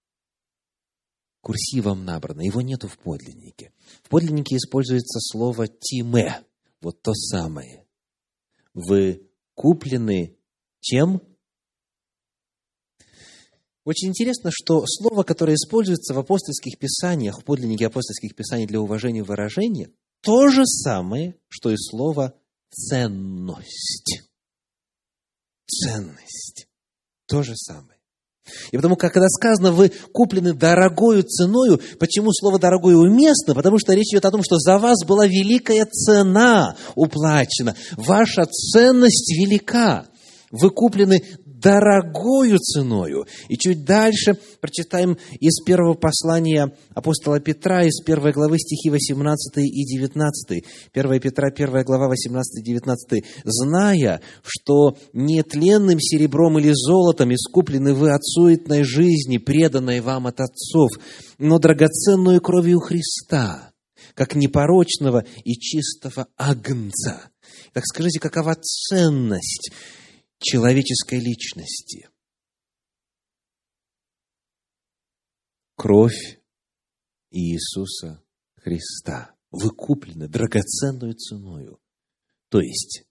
курсивом набрано, его нету в подлиннике. В подлиннике используется слово «тиме», вот то самое. Вы куплены чем? Очень интересно, что слово, которое используется в апостольских писаниях, в подлиннике апостольских писаний для уважения выражения, то же самое, что и слово «ценность». Ценность. То же самое. И потому, когда сказано, вы куплены дорогою ценою, почему слово «дорогое» уместно? Потому что речь идет о том, что за вас была великая цена уплачена. Ваша ценность велика. Вы куплены дорогою ценою. И чуть дальше прочитаем из первого послания апостола Петра, из первой главы стихи восемнадцатый и девятнадцатый. первое Петра, первая глава, восемнадцатый и девятнадцатый. «Зная, что нетленным серебром или золотом искуплены вы от суетной жизни, преданной вам от отцов, но драгоценную кровью Христа, как непорочного и чистого агнца». Так скажите, какова ценность человеческой личности? Кровь Иисуса Христа. Вы куплены драгоценную ценою. То есть,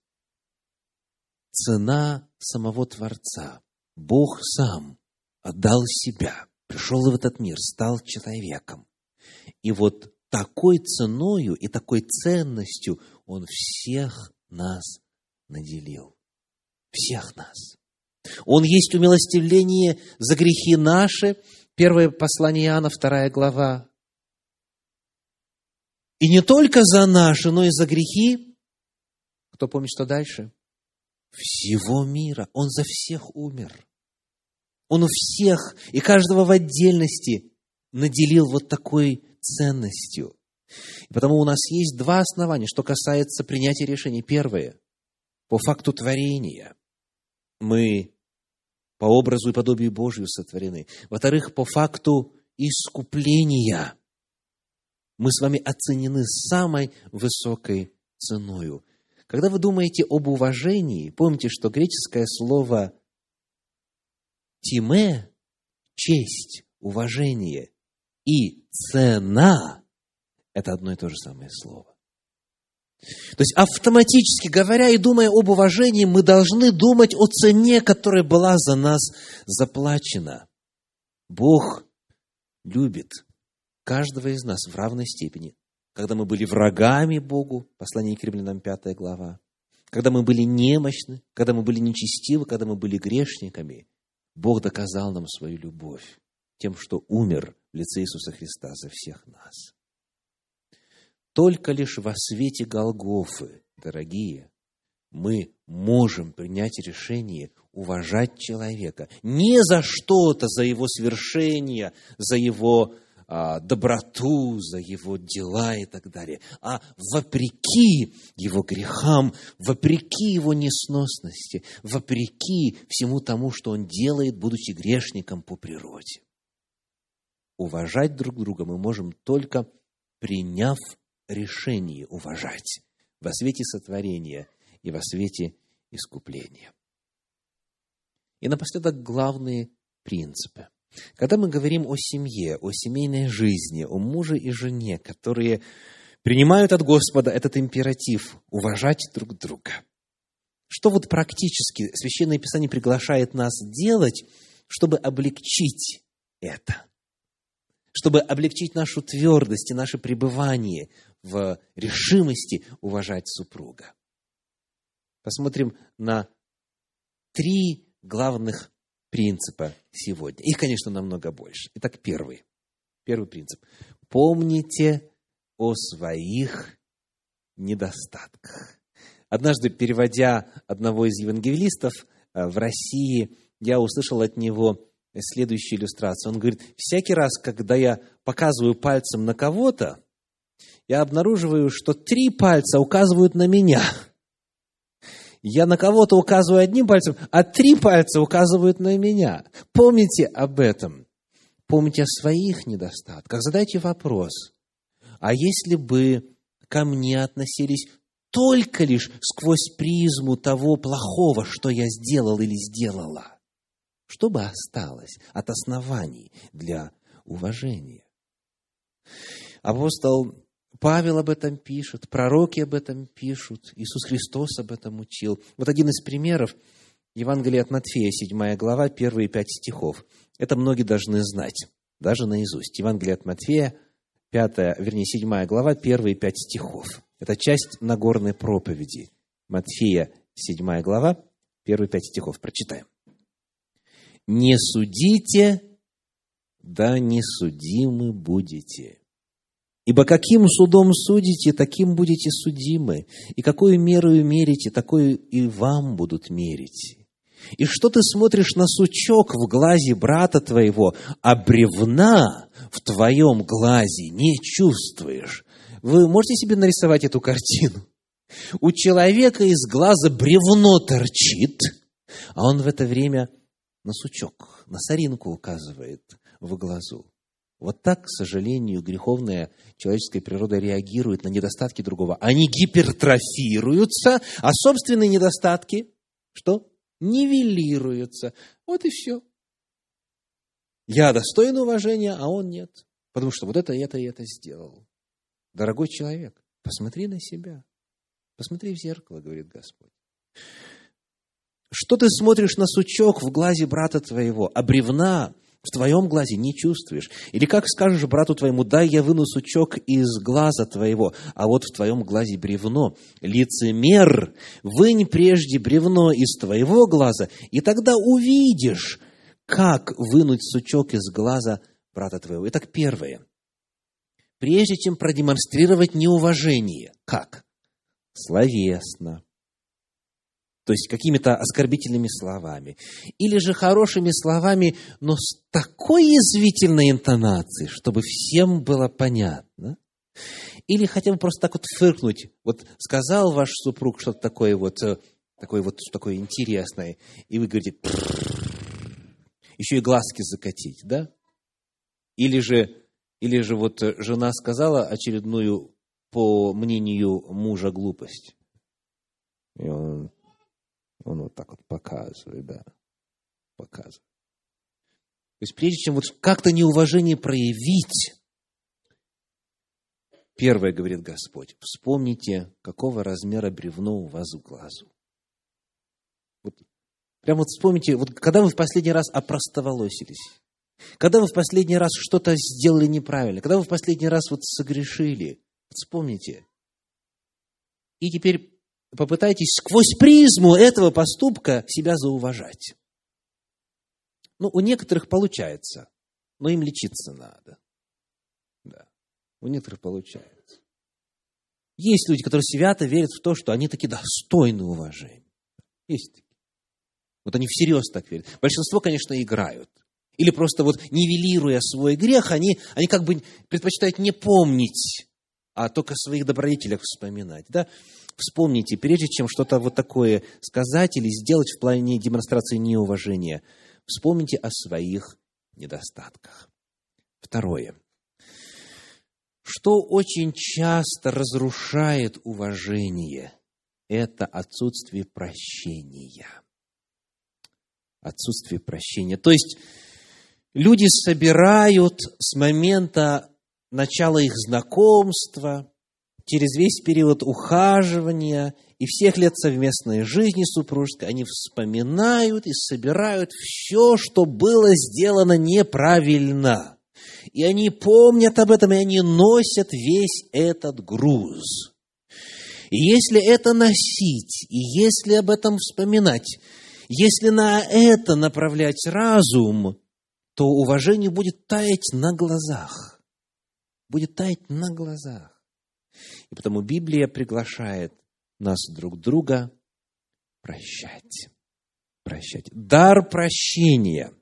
цена самого Творца. Бог сам отдал себя, пришел в этот мир, стал человеком. И вот такой ценою и такой ценностью Он всех нас наделил. Всех нас. Он есть умилостивление за грехи наши. Первое послание Иоанна, вторая глава. И не только за наши, но и за грехи. Кто помнит, что дальше? Всего мира. Он за всех умер. Он у всех и каждого в отдельности наделил вот такой ценностью. И потому у нас есть два основания, что касается принятия решений. Первое. По факту творения. Мы по образу и подобию Божию сотворены. Во-вторых, по факту искупления. Мы с вами оценены самой высокой ценою. Когда вы думаете об уважении, помните, что греческое слово «тиме» – честь, уважение, и «цена» – это одно и то же самое слово. То есть, автоматически говоря и думая об уважении, мы должны думать о цене, которая была за нас заплачена. Бог любит каждого из нас в равной степени. Когда мы были врагами Богу, послание к Римлянам, пятая глава, когда мы были немощны, когда мы были нечестивы, когда мы были грешниками, Бог доказал нам свою любовь. Тем, что умер в лице Иисуса Христа за всех нас. Только лишь во свете Голгофы, дорогие, мы можем принять решение уважать человека не за что-то, за его свершения, за его а, доброту, за его дела и так далее, а вопреки его грехам, вопреки его несносности, вопреки всему тому, что он делает, будучи грешником по природе. Уважать друг друга мы можем только приняв решение уважать во свете сотворения и во свете искупления. И напоследок главные принципы. Когда мы говорим о семье, о семейной жизни, о муже и жене, которые принимают от Господа этот императив уважать друг друга, что вот практически Священное Писание приглашает нас делать, чтобы облегчить это? Чтобы облегчить нашу твердость и наше пребывание в решимости уважать супруга. Посмотрим на три главных принципа сегодня. Их, конечно, намного больше. Итак, первый. Первый принцип. Помните о своих недостатках. Однажды, переводя одного из евангелистов в России, я услышал от него следующую иллюстрацию. Он говорит, всякий раз, когда я показываю пальцем на кого-то, я обнаруживаю, что три пальца указывают на меня. Я на кого-то указываю одним пальцем, а три пальца указывают на меня. Помните об этом. Помните о своих недостатках. Задайте вопрос. А если бы ко мне относились только лишь сквозь призму того плохого, что я сделал или сделала? Что бы осталось от оснований для уважения? Апостол Павел об этом пишет, пророки об этом пишут, Иисус Христос об этом учил. Вот один из примеров, Евангелие от Матфея, седьмая глава, первые пять стихов. Это многие должны знать, даже наизусть. Евангелие от Матфея, пятая, вернее, седьмая глава, первые пять стихов. Это часть Нагорной проповеди. Матфея, седьмая глава, первые пять стихов. Прочитаем. «Не судите, да не судимы будете. Ибо каким судом судите, таким будете судимы, и какую меру мерите, такую и вам будут мерить. И что ты смотришь на сучок в глазе брата твоего, а бревна в твоем глазе не чувствуешь?» Вы можете себе нарисовать эту картину? У человека из глаза бревно торчит, а он в это время на сучок, на соринку указывает в глазу. Вот так, к сожалению, греховная человеческая природа реагирует на недостатки другого. Они гипертрофируются, а собственные недостатки, что? Нивелируются. Вот и все. Я достоин уважения, а он нет. Потому что вот это, это и это сделал. Дорогой человек, посмотри на себя. Посмотри в зеркало, говорит Господь. Что ты смотришь на сучок в глазе брата твоего, а бревна в твоем глазе не чувствуешь? Или как скажешь брату твоему, дай я выну сучок из глаза твоего, а вот в твоем глазе бревно. Лицемер, вынь прежде бревно из твоего глаза, и тогда увидишь, как вынуть сучок из глаза брата твоего. Итак, первое. Прежде чем продемонстрировать неуважение, как? Словесно. То есть какими-то оскорбительными словами. Или же хорошими словами, но с такой язвительной интонацией, чтобы всем было понятно. Или хотя бы просто так вот фыркнуть. Вот сказал ваш супруг что-то такое вот, такое вот, такое интересное, и вы говорите, еще и глазки закатить, да? Или же, или же вот жена сказала очередную, по мнению мужа, глупость. И он... Он вот так вот показывает, да, показывает. То есть, прежде чем вот как-то неуважение проявить, первое, говорит Господь, вспомните, какого размера бревно у вас в глазу. Вот, прямо вот вспомните, вот когда вы в последний раз опростоволосились, когда вы в последний раз что-то сделали неправильно, когда вы в последний раз вот согрешили, вот вспомните. И теперь попытайтесь сквозь призму этого поступка себя зауважать. Ну, у некоторых получается. но им лечиться надо. Да. У некоторых получается. Есть люди, которые свято верят в то, что они таки достойны уважения. Есть такие. Вот они всерьез так верят. Большинство, конечно, играют. Или просто вот нивелируя свой грех, они, они как бы предпочитают не помнить, а только о своих добродетелях вспоминать. Да? Вспомните, прежде чем что-то вот такое сказать или сделать в плане демонстрации неуважения, вспомните о своих недостатках. Второе. Что очень часто разрушает уважение, это отсутствие прощения. Отсутствие прощения. То есть люди собирают с момента начала их знакомства, через весь период ухаживания и всех лет совместной жизни супружеской, они вспоминают и собирают все, что было сделано неправильно. И они помнят об этом, и они носят весь этот груз. И если это носить, и если об этом вспоминать, если на это направлять разум, то уважение будет таять на глазах. Будет таять на глазах. И потому Библия приглашает нас друг друга прощать. Прощать. Дар прощения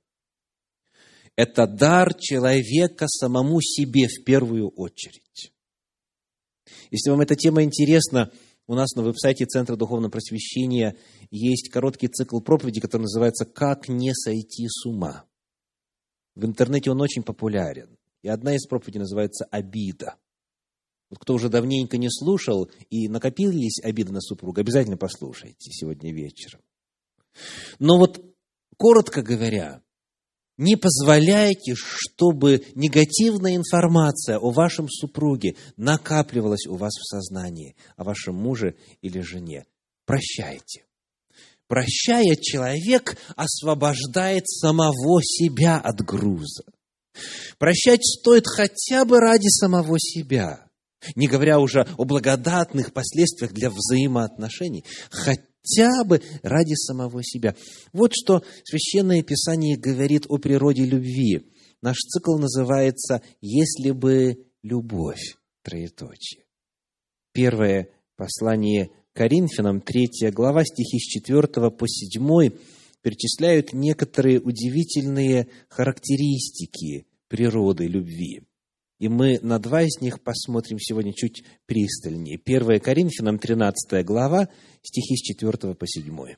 – это дар человека самому себе в первую очередь. Если вам эта тема интересна, у нас на веб-сайте Центра Духовного Просвещения есть короткий цикл проповедей, который называется «Как не сойти с ума». В интернете он очень популярен. И одна из проповедей называется «Обида». Вот кто уже давненько не слушал и накопились обиды на супруга, обязательно послушайте сегодня вечером. Но вот, коротко говоря, не позволяйте, чтобы негативная информация о вашем супруге накапливалась у вас в сознании, о вашем муже или жене. Прощайте. Прощая, человек освобождает самого себя от груза. Прощать стоит хотя бы ради самого себя. Не говоря уже о благодатных последствиях для взаимоотношений, хотя бы ради самого себя. Вот что Священное Писание говорит о природе любви. Наш цикл называется «Если бы любовь». Троеточие. Первое послание Коринфянам, третья глава, стихи с четвёртого по седьмой, перечисляют некоторые удивительные характеристики природы любви. И мы на два из них посмотрим сегодня чуть пристальнее. Первое Коринфянам, тринадцатая глава, стихи с четвёртого по седьмой.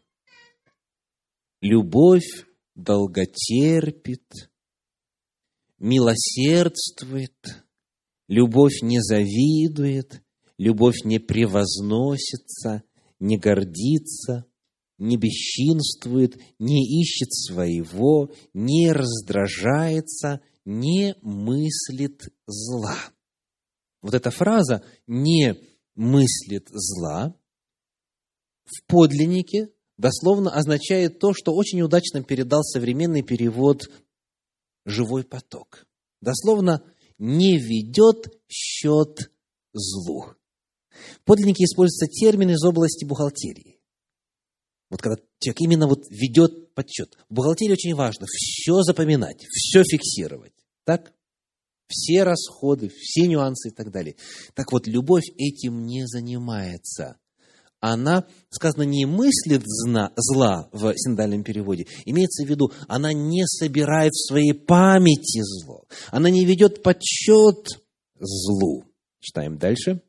«Любовь долготерпит, милосердствует, любовь не завидует, любовь не превозносится, не гордится, не бесчинствует, не ищет своего, не раздражается, не мыслит зла». Вот эта фраза «не мыслит зла» в подлиннике дословно означает то, что очень удачно передал современный перевод «живой поток». Дословно «не ведет счет злу». В подлиннике используется термин из области бухгалтерии. Вот когда человек именно вот ведет подсчет. В бухгалтерии очень важно все запоминать, все фиксировать. Так? Все расходы, все нюансы и так далее. Так вот, любовь этим не занимается. Она, сказано, не мыслит зна, зла в синодальном переводе. Имеется в виду, она не собирает в своей памяти зло. Она не ведет подсчет злу. Читаем дальше.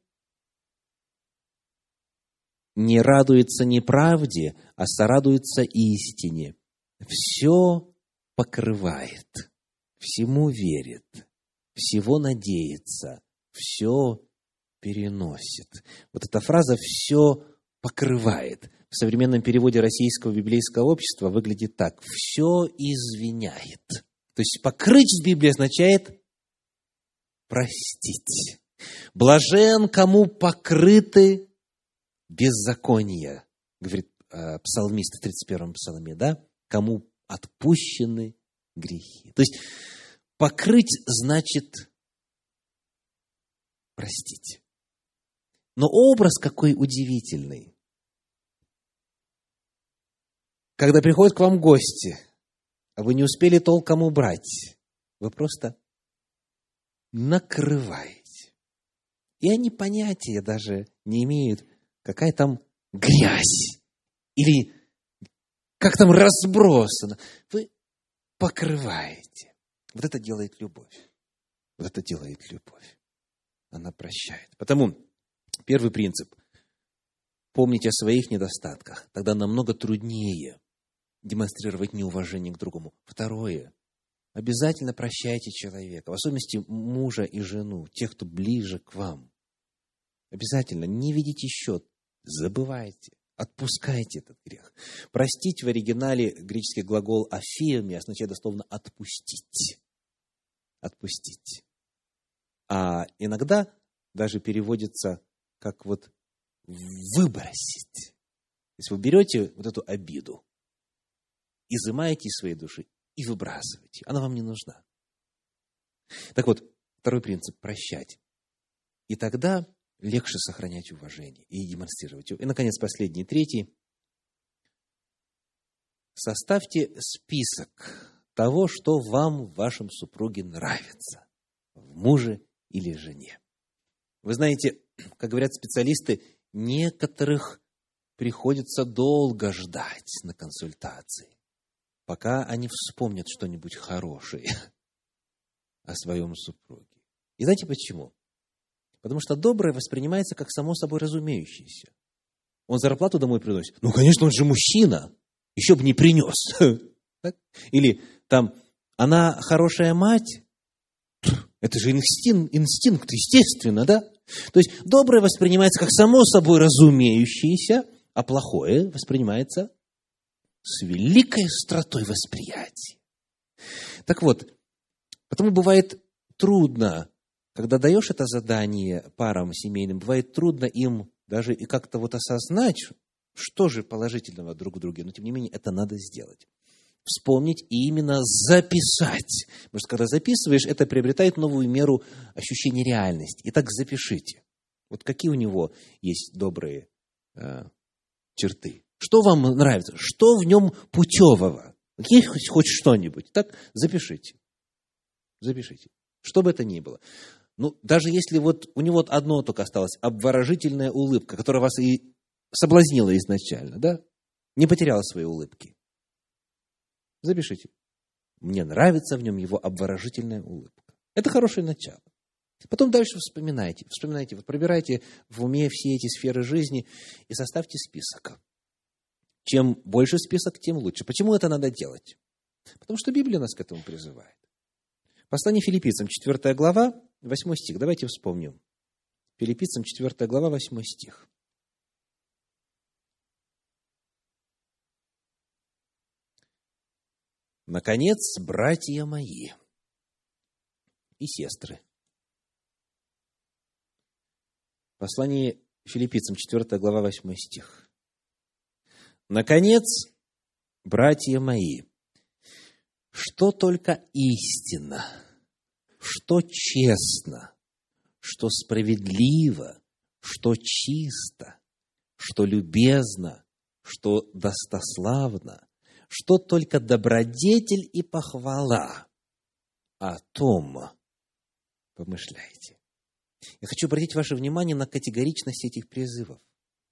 Не радуется неправде, а сорадуется истине. Все покрывает, всему верит, всего надеется, все переносит. Вот эта фраза «все покрывает» в современном переводе Российского библейского общества выглядит так: «все извиняет». То есть покрыть в Библии означает простить. Блажен, кому покрыты беззакония, говорит э, псалмист в тридцать первом псалме, да? Кому отпущены грехи. То есть покрыть значит простить. Но образ какой удивительный. Когда приходят к вам гости, а вы не успели толком убрать, Вы просто накрываете. И они понятия даже не имеют, какая там грязь или как там разбросано. Вы покрываете. Вот это делает любовь. Вот это делает любовь. Она прощает. Потому первый принцип. Помните о своих недостатках. Тогда намного труднее демонстрировать неуважение к другому. Второе. Обязательно прощайте человека. В особенности мужа и жену. Тех, кто ближе к вам. Обязательно. Не ведите счет. Забывайте. Отпускайте этот грех. Простить в оригинале греческий глагол «афиоми» означает дословно «отпустить». Отпустить. А иногда даже переводится как вот выбросить. То есть вы берете вот эту обиду, изымаете из своей души и выбрасываете. Она вам не нужна. Так вот, второй принцип – прощать. И тогда легче сохранять уважение и демонстрировать его. И, наконец, последний, третий. Составьте список того, что вам в вашем супруге нравится, в муже или жене. Вы знаете, как говорят специалисты, некоторых приходится долго ждать на консультации, пока они вспомнят что-нибудь хорошее о своем супруге. И знаете почему? Потому что доброе воспринимается как само собой разумеющееся. Он зарплату домой приносит. Ну, конечно, он же мужчина. Еще бы не принес. Или там, она хорошая мать. Это же инстинкт, инстинкт, естественно, да? То есть, доброе воспринимается как само собой разумеющееся, а плохое воспринимается с великой остротой восприятия. Так вот, потому бывает трудно, когда даешь это задание парам семейным, бывает трудно им даже и как-то вот осознать, что же положительного друг в друге, но тем не менее это надо сделать. Вспомнить и именно записать. Потому что когда записываешь, это приобретает новую меру ощущения реальности. Итак, запишите. Вот какие у него есть добрые э, черты. Что вам нравится? Что в нем путевого? Есть хоть, хоть что-нибудь? Так, запишите. Запишите. Что бы это ни было. Ну, даже если вот у него одно только осталось, обворожительная улыбка, которая вас и соблазнила изначально, да? Не потеряла своей улыбки. Запишите. Мне нравится в нем его обворожительная улыбка. Это хорошее начало. Потом дальше вспоминайте. Вспоминайте, вот пробирайте в уме все эти сферы жизни и составьте список. Чем больше список, тем лучше. Почему это надо делать? Потому что Библия нас к этому призывает. Послание Филиппийцам, четвёртая глава, восьмой стих. Давайте вспомним. Филиппийцам, четвёртая глава, восьмой стих. Наконец, братья мои и сестры. Послание Филиппийцам, четвёртая глава, восьмой стих. Наконец, братья мои, что только истинно, что честно, что справедливо, что чисто, что любезно, что достославно, что только добродетель и похвала, о том помышляйте. Я хочу обратить ваше внимание на категоричность этих призывов.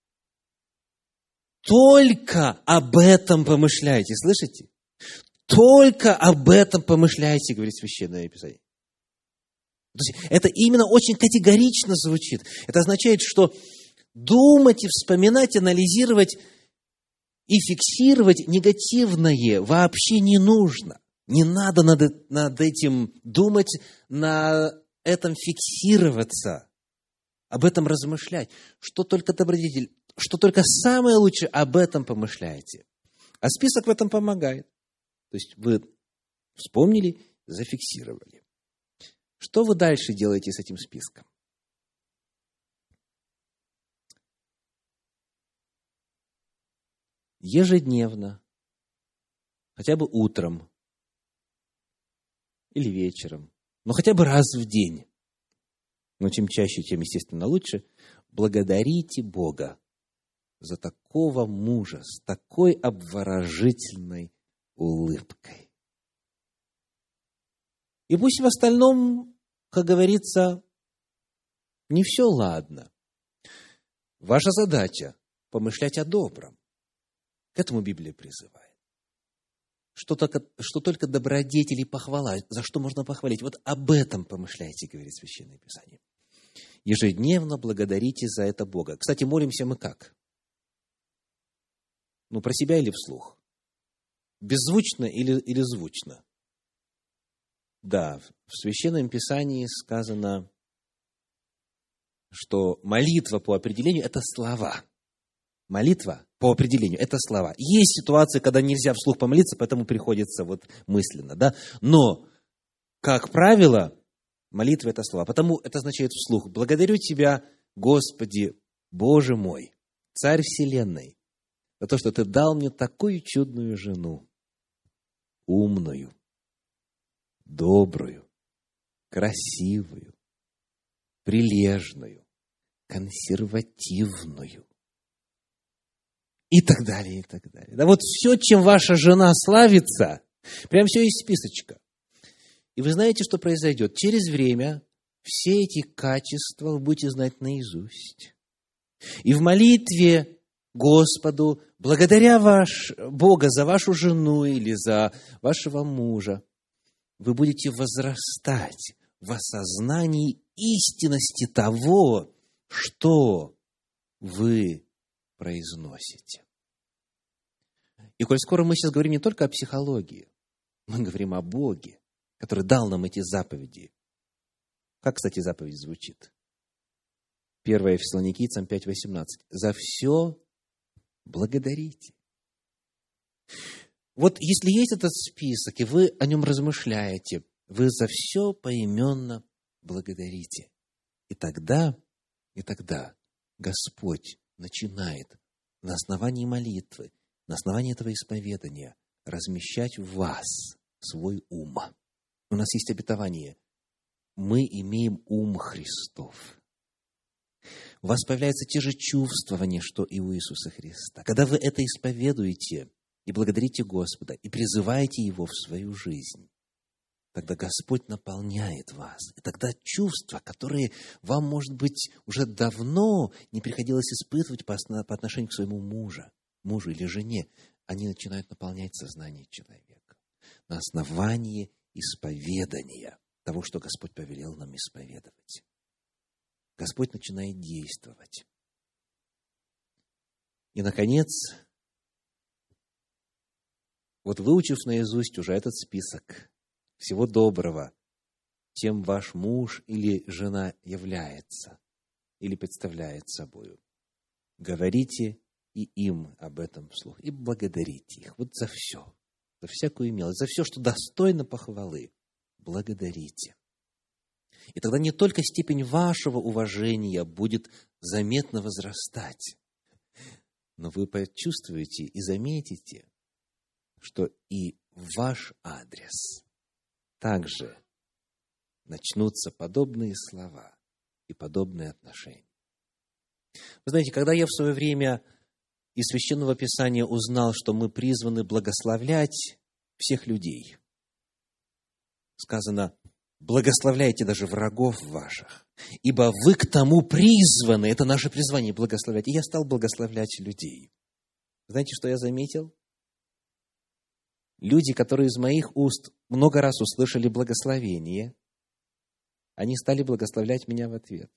Только об этом помышляйте, слышите? Только об этом помышляйте, говорит Священное Писание. То есть это именно очень категорично звучит. Это означает, что думать и вспоминать, анализировать и фиксировать негативное вообще не нужно. Не надо над, над этим думать, на этом фиксироваться, об этом размышлять. Что только добродетель, что только самое лучшее, об этом помышляете. А список в этом помогает. То есть вы вспомнили, зафиксировали. Что вы дальше делаете с этим списком? Ежедневно, хотя бы утром или вечером, но хотя бы раз в день, но чем чаще, тем, естественно, лучше, благодарите Бога за такого мужа с такой обворожительной улыбкой. И пусть в остальном, как говорится, не все ладно. Ваша задача – помышлять о добром. К этому Библия призывает. Что только, что только добродетели и похвала, за что можно похвалить. Вот об этом помышляйте, говорит Священное Писание. Ежедневно благодарите за это Бога. Кстати, молимся мы как? Ну, про себя или вслух? Беззвучно или, или звучно? Да, в Священном Писании сказано, что молитва по определению – это слова. Молитва по определению – это слова. Есть ситуации, когда нельзя вслух помолиться, поэтому приходится вот мысленно, да? Но, как правило, молитва – это слова. Потому это означает вслух. Благодарю Тебя, Господи, Боже мой, Царь Вселенной, за то, что Ты дал мне такую чудную жену, умную, добрую, красивую, прилежную, консервативную. И так далее, и так далее. Да вот все, чем ваша жена славится, прям все из списочка. И вы знаете, что произойдет? Через время все эти качества вы будете знать наизусть. И в молитве Господу, благодаря ваш, Бога за вашу жену или за вашего мужа, вы будете возрастать в осознании истинности того, что вы произносите. И коль скоро мы сейчас говорим не только о психологии, мы говорим о Боге, который дал нам эти заповеди. Как, кстати, заповедь звучит? первое Фессалоникийцам пять восемнадцать. За все благодарите. Вот если есть этот список, и вы о нем размышляете, вы за все поименно благодарите. И тогда, и тогда Господь начинает на основании молитвы, на основании этого исповедания размещать в вас свой ум. У нас есть обетование. Мы имеем ум Христов. У вас появляются те же чувствования, что и у Иисуса Христа. Когда вы это исповедуете и благодарите Господа, и призываете Его в свою жизнь, тогда Господь наполняет вас. И тогда чувства, которые вам, может быть, уже давно не приходилось испытывать по отношению к своему мужу, мужу или жене, они начинают наполнять сознание человека на основании исповедания того, что Господь повелел нам исповедовать. Господь начинает действовать. И, наконец, вот выучив наизусть уже этот список всего доброго, чем ваш муж или жена является или представляет собою, говорите и им об этом вслух, и благодарите их вот за все, за всякую мелочь, за все, что достойно похвалы. Благодарите. И тогда не только степень вашего уважения будет заметно возрастать, но вы почувствуете и заметите, что и в ваш адрес также начнутся подобные слова и подобные отношения. Вы знаете, когда я в свое время из Священного Писания узнал, что мы призваны благословлять всех людей, сказано: благословляйте даже врагов ваших, ибо вы к тому призваны, это наше призвание, благословлять. И я стал благословлять людей. Знаете, что я заметил? Люди, которые из моих уст много раз услышали благословение, они стали благословлять меня в ответ.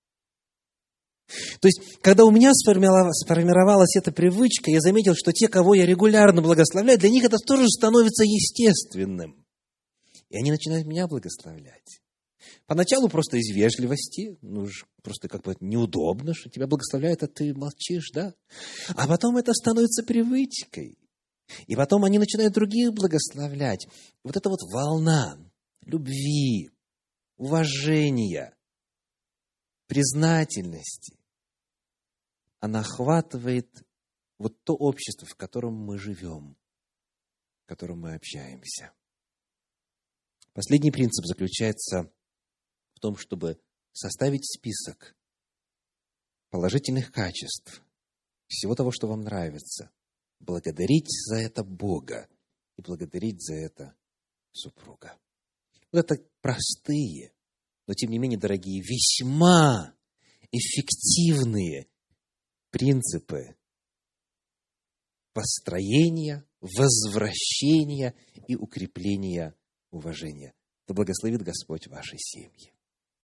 То есть, когда у меня сформировалась, сформировалась эта привычка, я заметил, что те, кого я регулярно благословляю, для них это тоже становится естественным. И они начинают меня благословлять. Поначалу просто из вежливости, ну, просто как бы неудобно, что тебя благословляют, а ты молчишь, да? А потом это становится привычкой. И потом они начинают других благословлять. Вот эта вот волна любви, уважения, признательности, она охватывает вот то общество, в котором мы живем, в котором мы общаемся. Последний принцип заключается в том, чтобы составить список положительных качеств, всего того, что вам нравится, благодарить за это Бога и благодарить за это супруга. Вот это простые, но тем не менее, дорогие, весьма эффективные принципы построения, возвращения и укрепления уважения. Да благословит Господь ваши семьи.